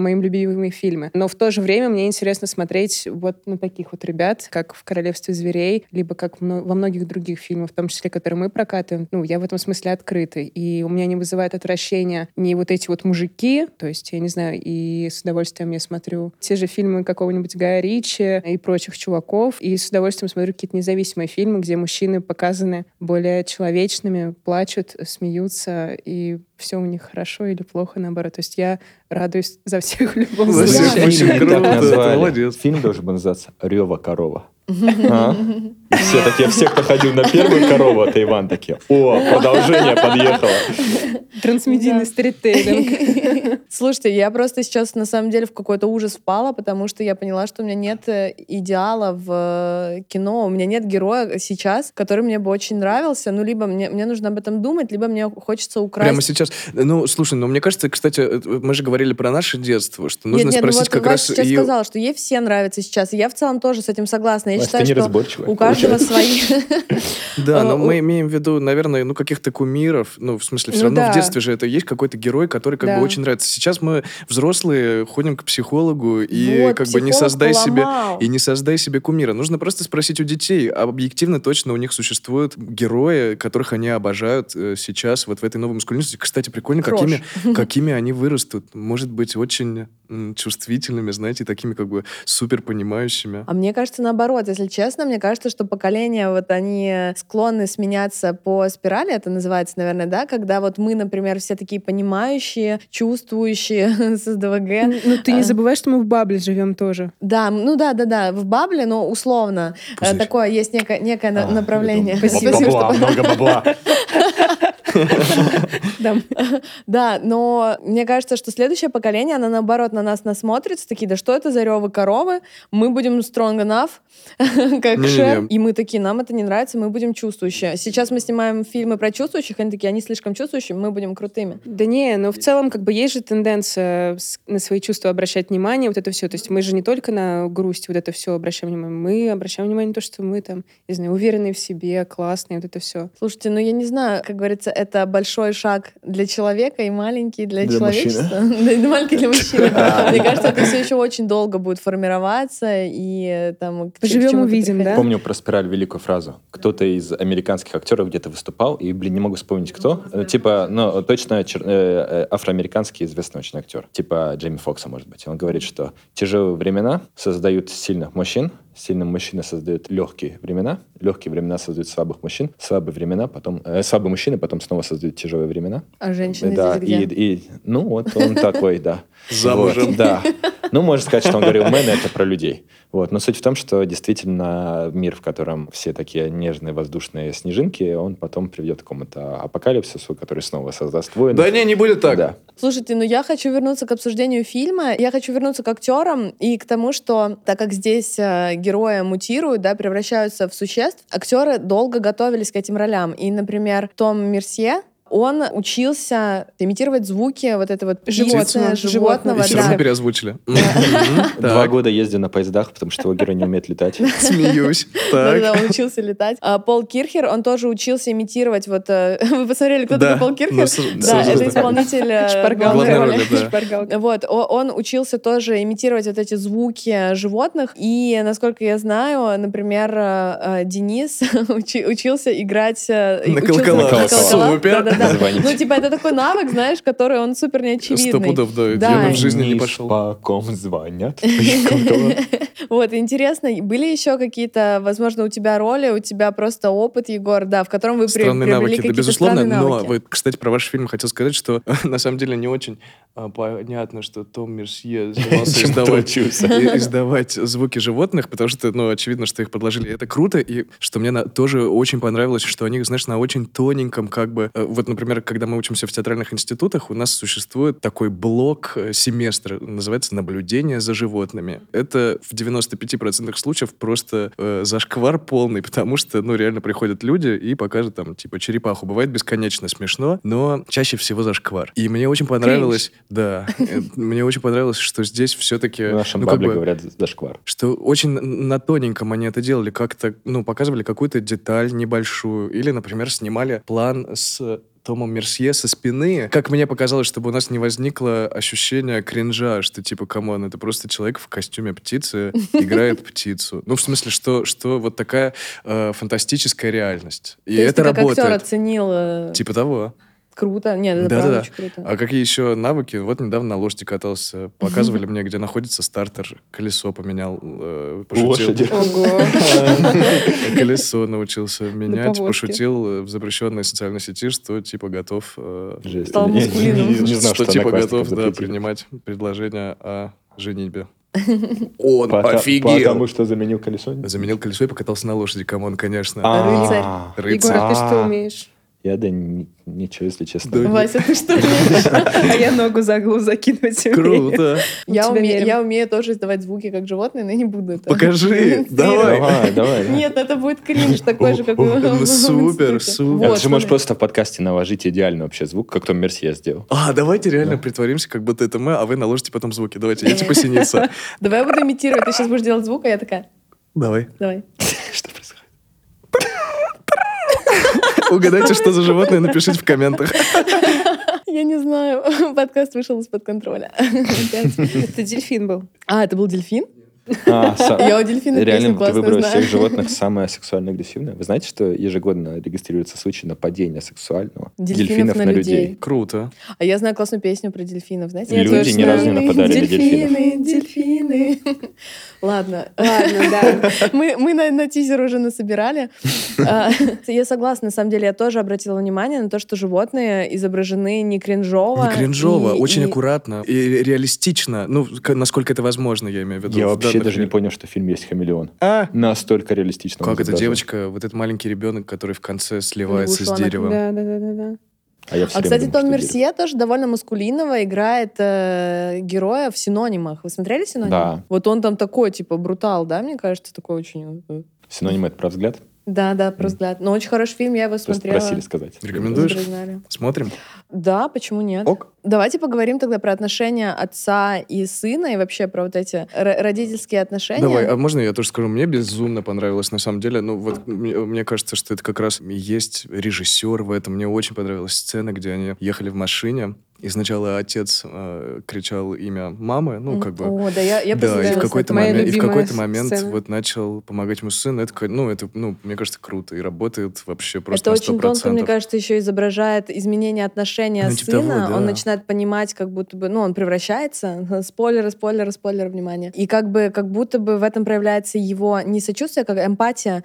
мои любимые фильмы. Но в то же время мне интересно смотреть вот на таких вот ребят, как в «Королевстве зверей», либо как во многих других фильмах, в том числе, которые мы прокатываем. Ну, я в этом смысле открытый. И у меня не вызывает отвращения не вот эти вот мужики, то есть, я не знаю, и с удовольствием я смотрю те же фильмы какого-нибудь Гая Ричи и прочих чуваков, и с удовольствием смотрю какие-то независимые фильмы, где мужчины показаны более человечными, плачут, смеются, и все у них хорошо или плохо, наоборот. То есть я радуюсь за всех в любом За случае. всех очень Фильм круто, так назвали. молодец. Фильм должен был называться «Рёва корова». А? И все такие, все, кто ходил на первую корову от Иван, такие: о, продолжение подъехало. Трансмедийный сторителлинг. Слушайте, я просто сейчас на самом деле в какой-то ужас впала, потому что я поняла, что у меня нет идеала в кино, у меня нет героя сейчас, который мне бы очень нравился. Ну, либо мне, мне нужно об этом думать, либо мне хочется украсть. Прямо сейчас. Ну, слушай, ну мне кажется, кстати, мы же говорили про наше детство, что нужно нет, нет, спросить ну вот как Вася раз... сейчас и- сказала, что ей все нравятся сейчас. И я в целом тоже с этим согласна. Я Вась, считаю, ты что неразборчивая, у каждого получается. свои... Да, но у- мы имеем в виду, наверное, ну, каких-то кумиров. Ну, в смысле, все Ну равно да. в детстве же это есть какой-то герой, который как Да. бы очень нравится. Сейчас мы взрослые, ходим к психологу, и Вот, как бы не психолог создай себе... поломал. И не создай себе кумира. Нужно просто спросить у детей. А объективно точно у них существуют герои, которых они обожают э, сейчас вот в этой новой маскулинности. Кстати, прикольно, Крош. какими, какими они вырастут. Может быть, очень м, чувствительными, знаете, такими как бы супер понимающими. А мне кажется, наоборот, если честно, мне кажется, что поколения, вот они склонны сменяться по спирали, это называется, наверное, да, когда вот мы, например, все такие понимающие, чувствующие с СДВГ. Ну, ты А. не забывай, что мы в бабле живем тоже. Да, ну да, да, да, в бабле, но условно э, Пузырь. такое есть некое, некое на- А, направление. я думал, Спасибо, бабла, что- много бабла. Да. Да, но мне кажется, что следующее поколение, оно наоборот на нас насмотрится, такие, да что это за ревы коровы, мы будем strong enough, как Не-не-не. Шер, и мы такие, нам это не нравится, мы будем чувствующие. Сейчас мы снимаем фильмы про чувствующих, они такие, они слишком чувствующие, мы будем крутыми. Да не, но в целом как бы есть же тенденция с- на свои чувства обращать внимание, вот это все. То есть мы же не только на грусть вот это все обращаем внимание, мы обращаем внимание на то, что мы там, не знаю, уверенные в себе, классные, вот это все. Слушайте, ну я не знаю, как говорится, это большой шаг для человека и маленький для, Для человечества. Да, и маленький для мужчины. Мне кажется, это все еще очень долго будет формироваться, и там... к ч- к Поживем, чему-то увидим, да? приходить. Помню про спираль великую фразу. Кто-то из американских актеров где-то выступал, и, блин, не могу вспомнить, кто. Э, Типа, ну, точно чер- э, э, афроамериканский известный очень актер. Типа Джейми Фокса, может быть. Он говорит, что тяжелые времена создают сильных мужчин, сильные мужчины создают легкие времена, легкие времена создают слабых мужчин, слабые времена потом... э, слабые мужчины потом снова создают тяжелые времена. А женщины Да, здесь где? и, и, ну, вот он такой, да. Замужем. Вот, да. Ну, можно сказать, что он говорил, мэн — это про людей. Вот. Но суть в том, что действительно мир, в котором все такие нежные воздушные снежинки, он потом приведет к какому-то апокалипсису, который снова создаст войну. Да не, не будет так. Да. Слушайте, ну я хочу вернуться к обсуждению фильма. Я хочу вернуться к актерам и к тому, что так как здесь э, герои мутируют, да, превращаются в существ, актеры долго готовились к этим ролям. И, например, Том Мерсье, он учился имитировать звуки вот этого вот Животного, птицы, животного. животного. И все равно Да. переозвучили. Два года ездил на поездах, потому что его герой не умеет летать. Смеюсь. Да-да-да, Так. он учился летать. А Пол Кирхер, он тоже учился имитировать вот... э, Вы посмотрели, кто Да, такой Пол Кирхер? ну, с- Да, сразу это знаю. исполнитель э, Шпаргалка. главной Главной роли. роли, да. Шпаргалка. Вот, о- он учился тоже имитировать вот эти звуки животных. И, насколько я знаю, например, э, э, Денис учи- учился играть... э, На учился колоколах. на колоколах. Супер. Да-да-да. Звонить. Ну, типа, это такой навык, знаешь, который он супер неочевидный. Сто пудов, да. Да. Я бы в жизни не Вниз пошел. по ком звонят. Вот, интересно, были еще какие-то, возможно, у тебя роли, у тебя просто опыт, Егор, да, в котором вы при- Странные приобрели навыки, да, какие-то безусловно. странные Но, навыки. вот, кстати, про ваш фильм хотел сказать, что на самом деле не очень а, понятно, что Том Мерсье занимался Чему-то издавать, учился. и- издавать звуки животных, потому что, ну, очевидно, что их подложили. Это круто, и что мне на- тоже очень понравилось, что они, знаешь, на очень тоненьком, как бы... э, Вот, например, когда мы учимся в театральных институтах, у нас существует такой блок э, семестра, называется «Наблюдение за животными». Это в девяноста пяти процентах случаев просто э, зашквар полный, потому что, ну, реально приходят люди и показывают там, типа, черепаху. Бывает бесконечно смешно, но чаще всего зашквар. И мне очень понравилось, да, э, мне очень понравилось, что здесь все-таки... В нашем ну, как бабле бы, говорят зашквар. что очень на тоненьком они это делали, как-то, ну, показывали какую-то деталь небольшую, или, например, снимали план с Томом Мерсье со спины, как мне показалось, чтобы у нас не возникло ощущение кринжа, что типа, камон, это просто человек в костюме птицы играет птицу. Ну, в смысле, что, что вот такая э, фантастическая реальность. И То есть это ты как работает. актер оценил... э, Типа того. Круто. Нет, это правда Да-да-да. очень круто. А какие еще навыки? Вот недавно на лошади катался. Показывали мне, где находится стартер. Колесо поменял. э, Пошутил. Лошади. Ого. Колесо научился менять. повозки. Пошутил э, в запрещенной социальной сети, что типа готов... э, Жесть. Стал Не- не- мускулином. не- не знал, что что типа одноклассников готов, да, запретили. принимать предложение о женитьбе. Он Пота- офигел! Потому что заменил колесо? Заменил колесо и покатался на лошади. Камон, конечно. А, Рыцарь. Рыцарь. Егор, а ты что умеешь? Я да ни- ничего, если честно. Да. Вася, ты что умеешь? А я ногу за голову закидывать умею. Круто. Я тебя умею, верим. я умею тоже издавать звуки, как животные, но я не буду это Покажи, демонстрировать. давай. Давай, давай. Нет, это будет кринж такой же, как О, в ну, в супер, институте. супер. А Вот, ты же можешь смотри. просто в подкасте наложить идеальный вообще звук, как Том Мерсье сделал. А, давайте реально Да. притворимся, как будто это мы, а вы наложите потом звуки. Давайте, я типа синица. Давай я буду имитировать. Ты сейчас будешь делать звук, а я такая, Давай. давай. Что происходит? Угадайте, что за животное, напишите в комментах. Я не знаю. Подкаст вышел из-под контроля. Опять. Это дельфин был. А, это был дельфин? А, са- Я у дельфина песню Реально, ты классную выбрал из знаю. всех животных самое сексуально агрессивное. Вы знаете, что ежегодно регистрируются случаи нападения сексуального Дельфинов на людей. Круто. А я знаю классную песню про дельфинов, знаете? Люди Точно. ни разу не нападали на Дельфины, дельфины. Ладно. Ладно, да. Мы, мы на, на тизер уже насобирали. А, Я согласна, на самом деле, я тоже обратила внимание на то, что животные изображены не кринжово. Не кринжово, и- очень и- аккуратно и реалистично. Ну, к- насколько это возможно, я имею в виду. Я в вообще данных даже не ре- понял, что в фильме есть хамелеон. А? Настолько реалистично. он Как это изображен. девочка, вот этот маленький ребенок, который в конце сливается с Лягушонок. деревом. Да, да, да, да, да. А, я всё А, время кстати, думал, Том что Мерсье тоже довольно маскулинного играет э, героя в «Синонимах». Вы смотрели «Синонимы»? Да. Вот он там такой, типа, брутал, да, мне кажется, такой очень... э, дерево. Синоним — это про взгляд. Да, да, про взгляд. Но очень хороший фильм, я его Просто смотрела. просили сказать. Рекомендуешь? Признали. Смотрим? Да, почему нет? Ок. Давайте поговорим тогда про отношения отца и сына, и вообще про вот эти р- родительские отношения. Давай, а можно я тоже скажу? Мне безумно понравилось, на самом деле. Ну, вот мне, мне кажется, что это как раз и есть режиссер в этом. Мне очень понравилась сцена, где они ехали в машине, и сначала отец э, кричал имя мамы, ну, М, как бы... О, да, я, я Да, и в позабавилась какой-то, на Моя момент, и в любимая какой-то момент сцена. вот начал помогать ему сын. Это, ну, это, ну, мне кажется, круто. И работает вообще просто Это на сто очень процентов. тонко, мне кажется, еще изображает изменение отношения Ну, типа сына. того, да. Он начинает понимать, как будто бы, ну, он превращается. Спойлеры, спойлеры, спойлеры, внимание. И как бы, как будто бы в этом проявляется его не сочувствие, как эмпатия.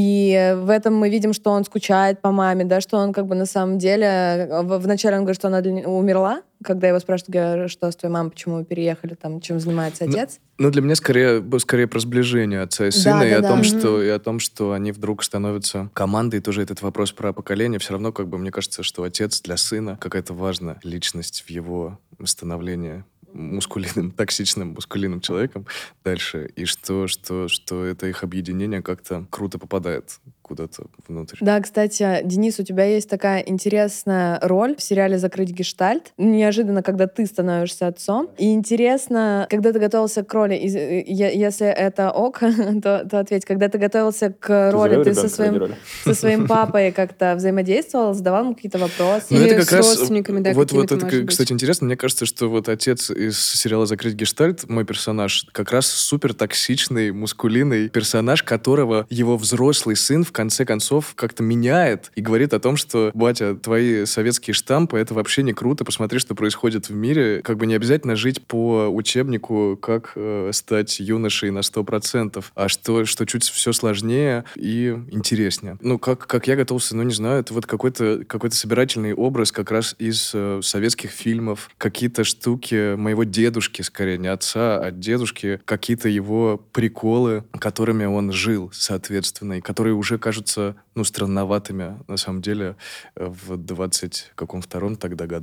И в этом мы видим, что он скучает по маме, да, что он как бы на самом деле... в- Вначале он говорит, что она для не- умерла, когда его спрашивают, говорят, что с твоей мамой, почему вы переехали, там, чем занимается Ну, отец. Ну, для меня скорее, б- скорее про сближение отца и сына, Да, и, да, о да. том, Мгм. что, и о том, что они вдруг становятся командой. Тоже этот вопрос про поколение. Все равно, как бы, мне кажется, что отец для сына какая-то важная личность в его становлении мускулинным, токсичным мускулинным человеком дальше. И что, что, что это их объединение как-то круто попадает куда-то внутрь. Да, кстати, Денис, у тебя есть такая интересная роль в сериале «Закрыть гештальт». Неожиданно, когда ты становишься отцом. И интересно, когда ты готовился к роли, из- э, е- если это ок, то, то ответь, когда ты готовился к роли, завел ты со ребенка ради своим, роли? со своим папой как-то взаимодействовал, задавал ему какие-то вопросы? Ну, Или это как с раз... родственниками, да, вот, вот какими-то, это, может быть. кстати, интересно. Мне кажется, что вот отец из сериала «Закрыть гештальт», мой персонаж, как раз супер токсичный, мускулинный персонаж, которого его взрослый сын в конце концов как-то меняет и говорит о том, что, батя, твои советские штампы, это вообще не круто, посмотри, что происходит в мире. Как бы не обязательно жить по учебнику, как э, стать юношей на сто процентов, а что, что чуть все сложнее и интереснее. Ну, как, как я готовился, ну, не знаю, это вот какой-то какой-то собирательный образ как раз из э, советских фильмов, какие-то штуки моего дедушки, скорее, не отца, а дедушки, какие-то его приколы, которыми он жил, соответственно, и которые уже кажутся, ну, странноватыми, на самом деле, э, в двадцать каком втором тогда году.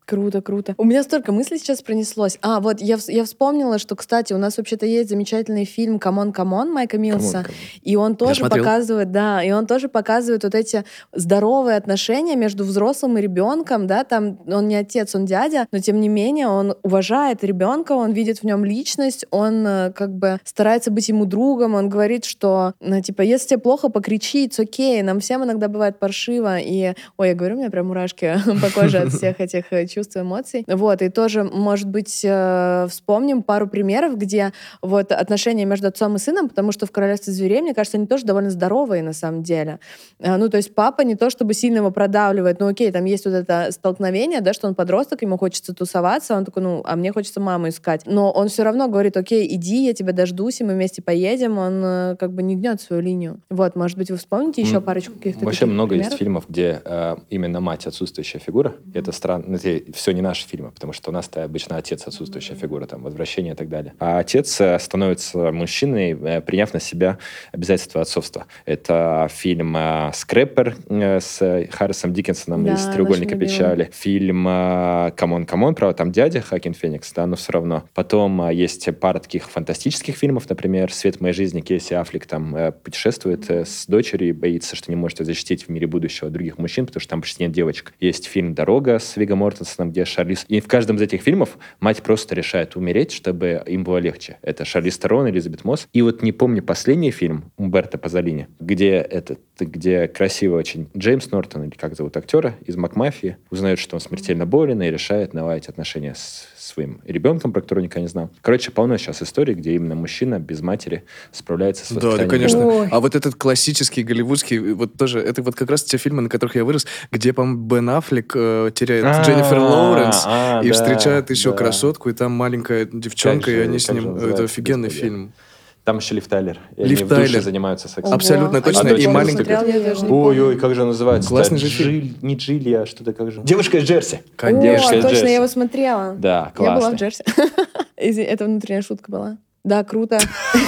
Круто, круто. У меня столько мыслей сейчас пронеслось. А, вот я, я вспомнила, что, кстати, у нас вообще-то есть замечательный фильм «Камон, камон» Майка Милса. Камон, и он тоже показывает, да, и он тоже показывает вот эти здоровые отношения между взрослым и ребенком, да, там он не отец, он дядя, но тем не менее он уважает ребенка, он видит в нем личность, он как бы старается быть ему другом, он говорит, что, ну, типа, если тебе плохо, покричи, it's окей, нам всем иногда бывает паршиво, и, ой, я говорю, у меня прям мурашки по коже от всех этих чувств и эмоций. Вот, и тоже, может быть, вспомним пару примеров, где вот отношения между отцом и сыном, потому что в «Королевстве зверей», мне кажется, они тоже довольно здоровые на самом деле. Ну, то есть папа не то чтобы сильно его продавливает, ну, окей, там есть вот это столкновение, да, что он подросток, ему хочется тусоваться, он такой, ну, а мне хочется маму искать. Но он все равно говорит, окей, иди, я тебя дождусь, и мы вместе поедем, он как бы не гнет свою линию. Вот, может быть, вы вспомните еще парочку каких-то Вообще много примеров? есть фильмов, где э, именно мать отсутствующая фигура. Mm-hmm. Это странно, это все не наши фильмы, потому что у нас-то обычно отец отсутствующая mm-hmm. фигура, там, «Возвращение» и так далее. А отец э, становится мужчиной, э, приняв на себя обязательства отцовства. Это фильм э, «Скрэпер» э, с Харрисом Диккенсоном да, из «Треугольника печали». Фильм э, «Камон, камон», правда, там дядя Хоакин Феникс, да, но все равно. Потом э, есть пара таких фантастических фильмов, например, «Свет моей жизни», Кейси Аффлек там э, путешествует э, с дочерью и боится, что не может ее защитить в мире будущего других мужчин, потому что там почти нет девочек. Есть фильм «Дорога» с Вигго Мортенсоном, где Шарлиз... И в каждом из этих фильмов мать просто решает умереть, чтобы им было легче. Это Шарлиз Терон, Элизабет Мосс. И вот не помню последний фильм Умберто Пазолини, где этот, где красивый очень Джеймс Нортон, или как зовут актера, из «Макмафии», узнает, что он смертельно болен и решает наладить отношения с своим ребенком, про которого никогда не знал. Короче, полно сейчас историй, где именно мужчина без матери справляется с воспитанием. Да, да, конечно. Ой. А вот этот классический голливудский, вот тоже, это вот как раз те фильмы, на которых я вырос, где, по-моему, Бен Аффлек э, теряет А, Дженнифер Лоуренс а, и да, встречает еще да. красотку, и там маленькая девчонка, Как и же- они с как же ним... называется, Это офигенный господи? фильм. Там еще Лив Тайлер. И Лив они в душе Тайлер. занимаются сексом. Ого. Абсолютно А точно. я И тоже маленькая... смотрела, я даже не Ой-ой, помню. как же он называется? Классный Да, же фильм. Джиль- Не Джилья, что-то как же. Девушка из Джерси. Конечно. Девушка О, из точно, Джерси. я его смотрела. Да, Я была в классно. Джерси. Извини, это внутренняя шутка была. Да, круто.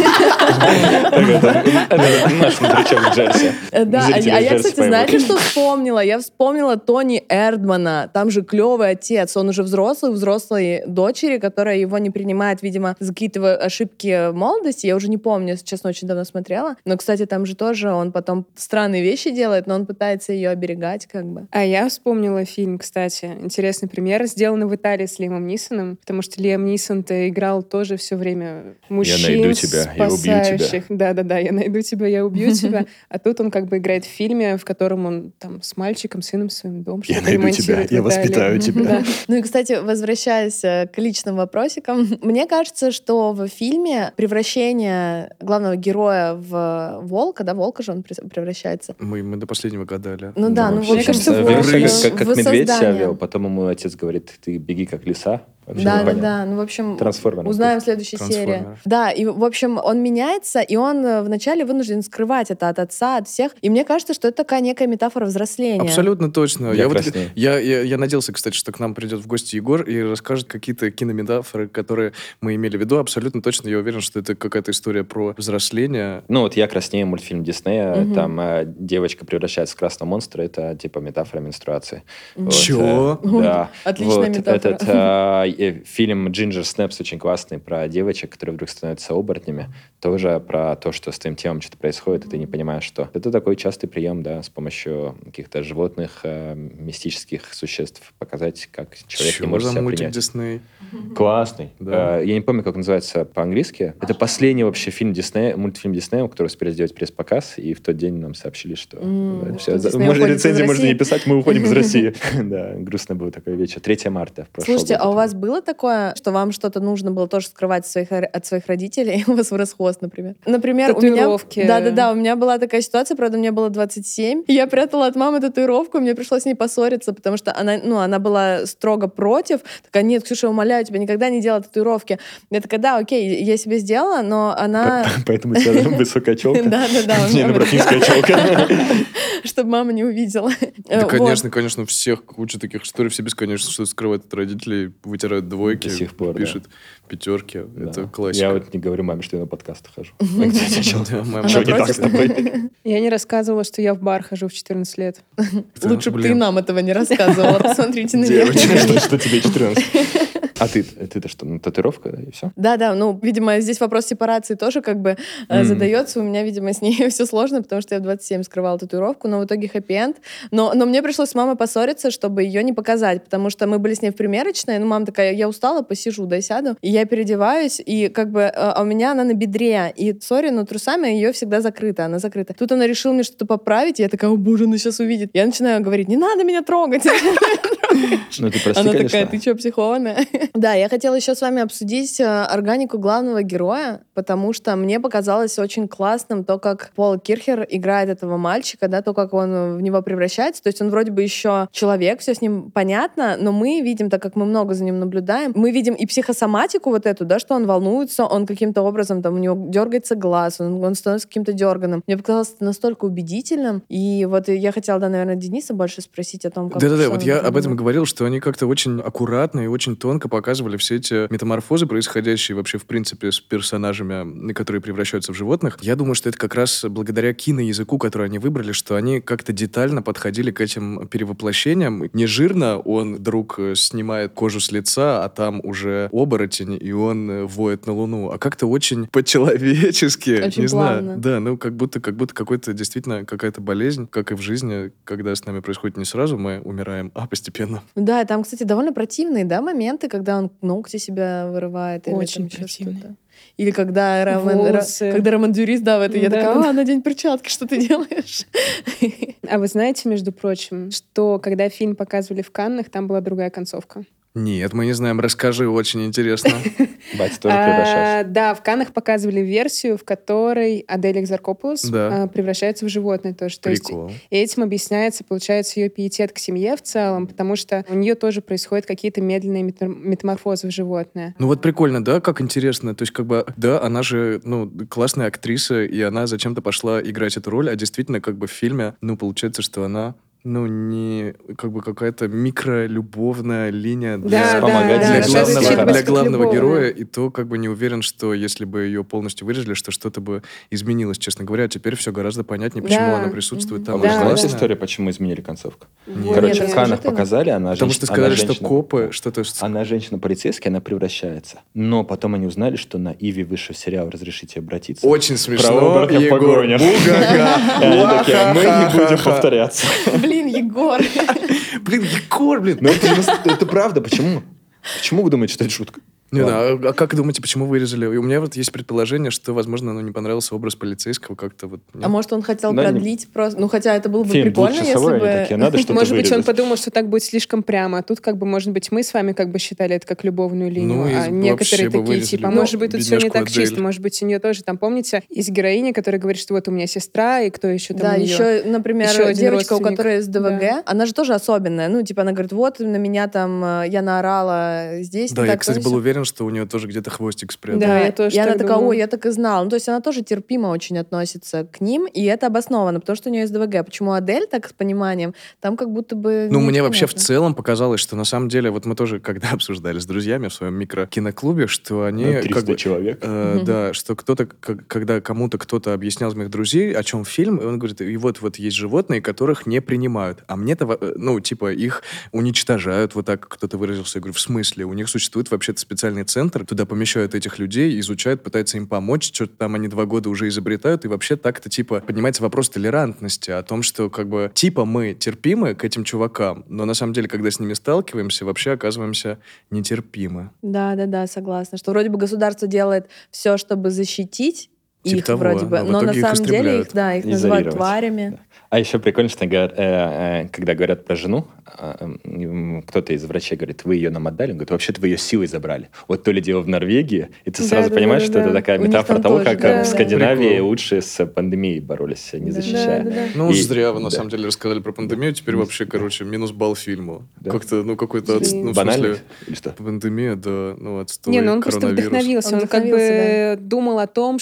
Это наш внутричок в Джерси. Да, а Зрители я, а я, Джерси кстати, поймут. знаете, что вспомнила? Я вспомнила Тони Эрдмана. Там же клевый отец. Он уже взрослый, у взрослой дочери, которая его не принимает, видимо, за какие-то ошибки молодости. Я уже не помню, если честно, очень давно смотрела. Но, кстати, там же тоже он потом странные вещи делает, но он пытается ее оберегать, как бы. А я вспомнила фильм, кстати, интересный пример, сделанный в Италии с Лиамом Нисоном, потому что Лиам Нисон-то играл тоже все время мужчин, найду тебя, я убью тебя. спасающих. Да-да-да, я найду тебя, я убью тебя. А тут он как бы играет в фильме, в котором он там с мальчиком, сыном своим дом Я что-то найду тебя, ремонтирует в я Италии. воспитаю тебя. Да. Ну и, кстати, возвращаясь э, к личным вопросикам, мне кажется, что в фильме превращение главного героя в волка, да, волка же он пре- превращается. Мы, мы до последнего гадали. Ну да, ну, в Мне общем, кажется, в- Вел волк, себя в- как, как, в как медведь себя создание. вел, потом ему отец говорит, ты беги как лиса. Вообще Да, да, непонятно. да. Ну, в общем, Трансформеры. узнаем в следующей Трансформеры. серии. Да, и, в общем, он меняется, и он э, вначале вынужден скрывать это от отца, от всех. И мне кажется, что это такая некая метафора взросления. Абсолютно точно. Я Я, вот, краснею. я, я, я надеялся, кстати, что к нам придет в гости Егор и расскажет какие-то кинометафоры, которые мы имели в виду. Абсолютно точно. Я уверен, что это какая-то история про взросление. Ну вот «Я краснею» мультфильм Диснея, Мгм. там э, девочка превращается в красного монстра, это типа метафора менструации. Вот, Чё? э, да. Отличная Вот метафора. Этот э, э, фильм «Джинджер Снэпс» очень классный, про девочек, которые вдруг становятся оборотнями. Тоже про то, что с твоим телом что-то происходит, и ты не понимаешь, что. Это такой частый прием, да, с помощью каких-то животных, э, мистических существ показать, как человек Чё не может за себя мультик принять. Дисней? Классный. Да. Э, Я не помню, как он называется по-английски. Это последний вообще фильм Диснея, мультфильм Диснея, который успели сделать пресс-показ, и в тот день нам сообщили, что М, да, что всё, за- Дисней можно уходит рецензии из можно России. не писать, мы уходим из России. Да, грустно был такой вечер. третьего марта прошлого Слушайте, года. а у вас было такое, что вам что-то нужно было тоже скрывать от своих, от своих родителей, и у вас вырос хвост, например? Например, у меня... Татуировки. Да-да-да, у меня была такая ситуация, правда, мне было двадцать семь, и я прятала от мамы татуировку, и мне пришлось с ней поссориться, потому что она, ну, она была строго против, такая, нет, Ксюша, умоляю тебя, никогда не делай татуировки. Я такая, да, окей, я себе сделала, но она... Поэтому у тебя высокая челка. Да-да-да. Не, наоборот, низкая челка. Чтобы мама не увидела. Да, Вот. конечно, конечно, у всех куча таких историй, все бесконечно, что скрывают от родителей, вытирают собирают двойки, До сих пор, пишут пятерки. Да. Это классика. Я вот не говорю маме, что я на подкасты хожу. А где сначала? Да, мама Что не против? так с тобой? Я не рассказывала, что я в бар хожу в четырнадцать лет. Лучше бы ты блин. нам этого не рассказывала. Посмотрите на меня. Девочка. Что что тебе четырнадцать? А ты, ты-то что, ну, татуировка, да, и все? Да, да, ну, видимо, здесь вопрос сепарации тоже как бы э, Мгм. задается. У меня, видимо, с ней все сложно, потому что я в двадцать семь скрывала татуировку, но в итоге хэппи-энд. Но, но мне пришлось с мамой поссориться, чтобы ее не показать, потому что мы были с ней в примерочной, ну, мама такая, я устала, посижу, да, сяду. И я переодеваюсь, и как бы, э, а у меня она на бедре, и, сори, но трусами ее всегда закрыта, она закрыта. Тут она решила мне что-то поправить, и я такая, о боже, она сейчас увидит. Я начинаю говорить, не надо меня трогать. Ну, ты прости, Она конечно. такая, ты что, психованная? Да, я хотела еще с вами обсудить э, органику главного героя, потому что мне показалось очень классным то, как Пол Кирхер играет этого мальчика, да, то, как он в него превращается. То есть он вроде бы еще человек, все с ним понятно, но мы видим, так как мы много за ним наблюдаем, мы видим и психосоматику вот эту, да, что он волнуется, он каким-то образом, там, у него дергается глаз, он, он становится каким-то дерганым. Мне показалось это настолько убедительным. И вот я хотела, да, наверное, Дениса больше спросить о том, как... Да-да-да, что вот он я об этом придумал. говорил, что они как-то очень аккуратно и очень тонко показывали все эти метаморфозы, происходящие вообще, в принципе, с персонажами, которые превращаются в животных. Я думаю, что это как раз благодаря киноязыку, который они выбрали, что они как-то детально подходили к этим перевоплощениям. Не жирно он вдруг э, снимает кожу с лица, а там уже оборотень, и он э, воет на луну. А как-то очень по-человечески, Очень не знаю. плавно. Да, ну как будто, как будто какой-то действительно какая-то болезнь, как и в жизни, когда с нами происходит не сразу, мы умираем, а постепенно. Да, там, кстати, довольно противные, да, моменты, когда он ногти себя вырывает. Или Очень там еще противные. что-то. Или когда Роман, Волосы. когда Роман Дюрис, да, в это, я Да. такая, а, надень перчатки, что ты делаешь? А вы знаете, между прочим, что когда фильм показывали в Каннах, там была другая концовка? Нет, мы не знаем, расскажи, очень интересно. Батя тоже А, превращался. Да, в Каннах показывали версию, в которой Адель Экзаркопулос Да. а, превращается в животное тоже. То есть Прикол. и этим объясняется, получается, ее пиетет к семье в целом, потому что у нее тоже происходят какие-то медленные метар- метаморфозы в животное. Ну вот прикольно, да, как интересно. То есть как бы, да, она же, ну, классная актриса, и она зачем-то пошла играть эту роль, а действительно как бы в фильме, ну, получается, что она... Ну, не как бы какая-то микролюбовная линия для, Да, Вспомогательная для да, главного, рассказывается для как главного любовная. героя. И то как бы не уверен, что если бы ее полностью вырезали, что что-то бы изменилось, честно говоря. А теперь все гораздо понятнее, почему Да. она присутствует А там. вы Да. знаете Классно. историю, почему изменили концовку? Нет. Короче, Нет, в Каннах расскажи ты нам. показали, она Потому женщина- что сказали, она что женщина- копы, что-то... с- Она женщина-полицейская, она превращается. Но потом они узнали, что на Иви вышел сериал «Разрешите обратиться». Очень Про смешно, оборотня в Егор. погонях. Буга-га. И они такие, мы не будем Ва-ха-ха-ха. повторяться. Блин, Егор. Блин, Егор, блин. Но это, же нас- это правда, почему? Почему вы думаете, что это шутка? Не Ладно. знаю, а как думаете, почему вырезали? И у меня вот есть предположение, что, возможно, ну, не понравился образ полицейского как-то вот. А может, он хотел Да, не- продлить просто... Ну, хотя это было бы Фильм прикольно, если двухчасовой, они бы... такие, надо что-то Может быть, он вырезать. подумал, что так будет слишком прямо, а тут как бы, может быть, мы с вами как бы считали это как любовную линию, Ну, и а вообще некоторые бы такие, вырезали типа, а бы может быть, тут все не бедняжку так Адель. чисто, может быть, у нее тоже, там, помните, есть героиня, которая говорит, что вот у меня сестра, и кто еще там Да, у неё? еще, например, Еще один девочка, у родственник. которой с ДВГ, Да. она же тоже особенная. Ну, типа, она говорит, вот, на меня там, э, я наорала здесь. Да, не я, так, кстати, то был всё. уверен, что у нее тоже где-то хвостик спрятан. Да, я тоже И она так такая, думала. ой, я так и знала. Ну, то есть она тоже терпимо очень относится к ним, и это обосновано, потому что у нее есть ДВГ. Почему Адель так с пониманием? Там как будто бы Ну, не мне очень вообще в понятно. целом показалось, что на самом деле, вот мы тоже когда обсуждали с друзьями в своем микрокиноклубе, что они Ну, как триста бы... человек. э, Мгм. Да, что кто-то, как- когда кому-то кто-то объяснял из моих друзей, о чем фильм, и он говорит, и вот, вот есть животные, которых не принимают. А мне-то, во- э, ну, типа, их уничтожают, вот так кто-то выразился. Я говорю, в смысле? У них существует вообще-то специальный центр, туда помещают этих людей, изучают, пытаются им помочь, что-то там они два года уже изобретают, и вообще так-то, типа, поднимается вопрос толерантности, о том, что, как бы, типа, мы терпимы к этим чувакам, но на самом деле, когда с ними сталкиваемся, вообще оказываемся нетерпимы. Да, да, да, согласна. Что вроде бы государство делает все, чтобы защитить Типа их того, вроде бы, но в но на итоге их самом деле истребляют. их, да, их называют Изолировать. тварями. А еще прикольно, что говорят, э, э, когда говорят про жену, э, м, кто-то из врачей говорит, вы ее нам отдали? Он говорит, вообще-то вы ее силой забрали. Вот то ли дело в Норвегии, и ты Да, сразу да, понимаешь, да, что да, это да. такая У них метафора там того, тоже, как да, э, в да. Скандинавии Прикол. лучше с пандемией боролись, не Да. защищая. Да, да, да. Ну, И- зря вы, на да. самом деле, рассказали про пандемию. Теперь вообще, короче, минус балл фильму. Да. Как-то, ну, какой-то... отс- Блин. Ну, в Банально смысле, или что? пандемия, да, ну, отстой, Не, ну он просто коронавирус. вдохновился. Он Он, как вдохновился, бы думал о том, что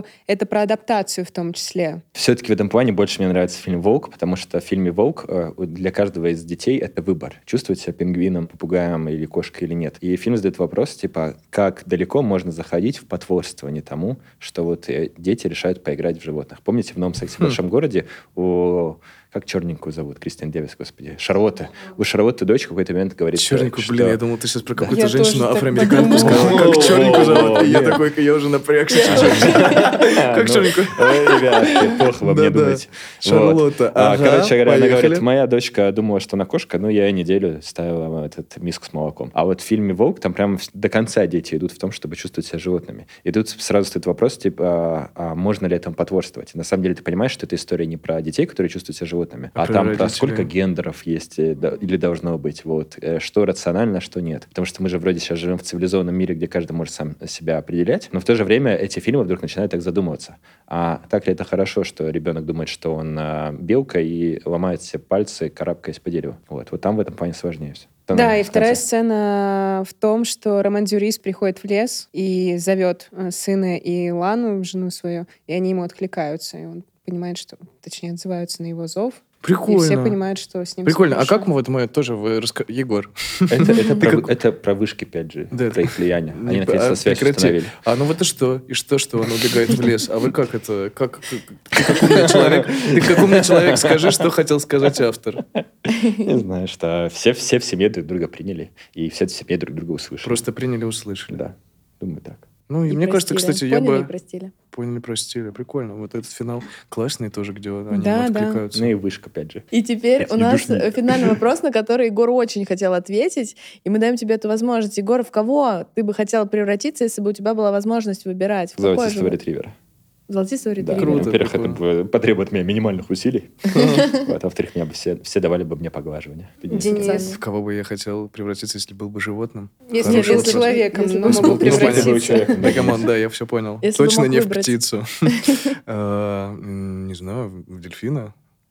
это про адаптацию в том числе. Все-таки в этом плане больше мне нравится фильм «Волк», потому что в фильме «Волк» для каждого из детей это выбор. Чувствовать себя пингвином, попугаем или кошкой или нет. И фильм задает вопрос, типа, как далеко можно заходить в потворствование тому, что вот дети решают поиграть в животных. Помните, в «Новом сексе в большом городе» у... Как черненькую зовут? Кристиан Дэвис, господи. Шарлотта. У Шарлотты дочь в какой-то момент говорит... Черненькую, что... блин, я думал, ты сейчас про какую-то Я женщину тоже так афроамериканку подумала. сказала. Как черненькую зовут? И я Нет. такой, я уже напрягся чуть-чуть. Как черненькую? Ой, ребятки, плохо вы мне Да-да. думаете. Шарлотта. Вот. А, Ага, Короче говоря, она поехали. говорит, моя дочка думала, что она кошка, но я ей неделю ставила этот миску с молоком. А вот в фильме «Волк» там прям до конца дети идут в том, чтобы чувствовать себя животными. И тут сразу стоит вопрос, типа, а, а можно ли этому потворствовать? На самом деле ты понимаешь, что эта история не про детей, которые чувствуют себя животными, А а, про там про родителей. сколько гендеров есть э, да, или должно быть, вот, э, что рационально, что нет. Потому что мы же вроде сейчас живем в цивилизованном мире, где каждый может сам себя определять, но в то же время эти фильмы вдруг начинают так задумываться. А так ли это хорошо, что ребенок думает, что он а, белка и ломает себе пальцы, карабкаясь по дереву? Вот, вот там в этом плане сложнее все. Там, Да, и в вторая конце. сцена в том, что Роман Дюрис приходит в лес и зовет э, сына и Лану, жену свою, и они ему откликаются, и он понимает, что, точнее, отзываются на его зов. Прикольно. И все понимают, что с ним Прикольно. всё А хорошо. как мы вот мы тоже вы раска... Егор? Это, это, Ты про, как- это про вышки пять джи, Да, про это- их влияние. Они Не- наконец-то а, связь прекрати. установили. А ну вот и что? И что, что он убегает в лес? А вы как это? Как, ты как умный человек? Ты как умный человек, скажи, что хотел сказать автор. Не знаю, что все, все в семье друг друга приняли, и все в семье друг друга услышали. Просто приняли, услышали. Да, думаю так. Ну, и, И мне кажется, простили. кстати, я Поняли и бы... простили. Поняли, простили. Прикольно. Вот этот финал классный тоже, где они Да, да. откликаются. Ну и вышка пять джи. И теперь Эти у нас душники. финальный вопрос, на который Егор очень хотел ответить, и мы даем тебе эту возможность. Егор, в кого ты бы хотел превратиться, если бы у тебя была возможность выбирать? В какое Золотистого же? ретривера. Золотистого Да. ретривера. Круто, Во-первых, это прикольно. бы потребует от меня минимальных усилий. Вот, а во-вторых, меня бы все, все давали бы мне поглаживание. Денис. В кого бы я хотел превратиться, если был бы животным? Если Хороший был вопрос. человеком, Если но бы могу был человеком. превратиться. Да, камон, да, я все понял. Если бы Точно мог не в выбрать. птицу. А, м, Не знаю, в дельфина.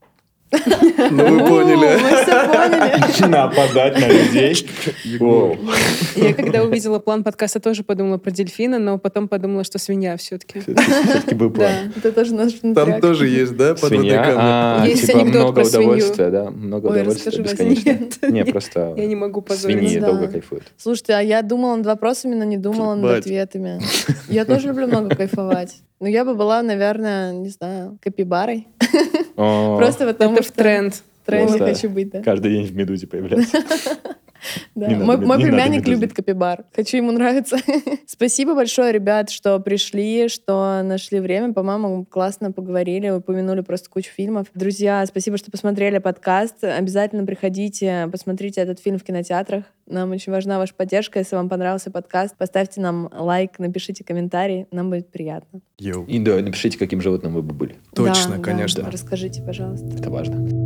Ну, вы поняли. Мы все поняли. Нападать на людей. Егор. Я когда увидела план подкаста, тоже подумала про дельфина, но потом подумала, что свинья все-таки. Все-таки был план. Да. Это тоже наш Там внутряк. тоже есть, да, подводные Свинья, камни? а, Есть типа анекдот много про свинью. удовольствия, да, много Ой, удовольствия расскажи, бесконечно. Василий. Не, просто Я не могу позориться. свиньи Да. долго кайфуют. Слушайте, а я думала над вопросами, но не думала над Бать. ответами. Я тоже люблю много кайфовать. Но я бы была, наверное, не знаю, капибарой. О, Просто потому Это в что тренд. в тренде Просто хочу быть, да. каждый день в «Медузе» появляться. Да. Не надо Мой, мед- мой не надо племянник медузы. любит капибар. Хочу ему нравиться. Спасибо большое, ребят, что пришли, что нашли время. По-моему, классно поговорили, упомянули просто кучу фильмов. Друзья, спасибо, что посмотрели подкаст. Обязательно приходите, посмотрите этот фильм в кинотеатрах. Нам очень важна ваша поддержка. Если вам понравился подкаст, поставьте нам лайк, напишите комментарий. Нам будет приятно. Йоу. И да, напишите, каким животным вы бы были. Точно, Да, конечно. да. Расскажите, пожалуйста. Это важно.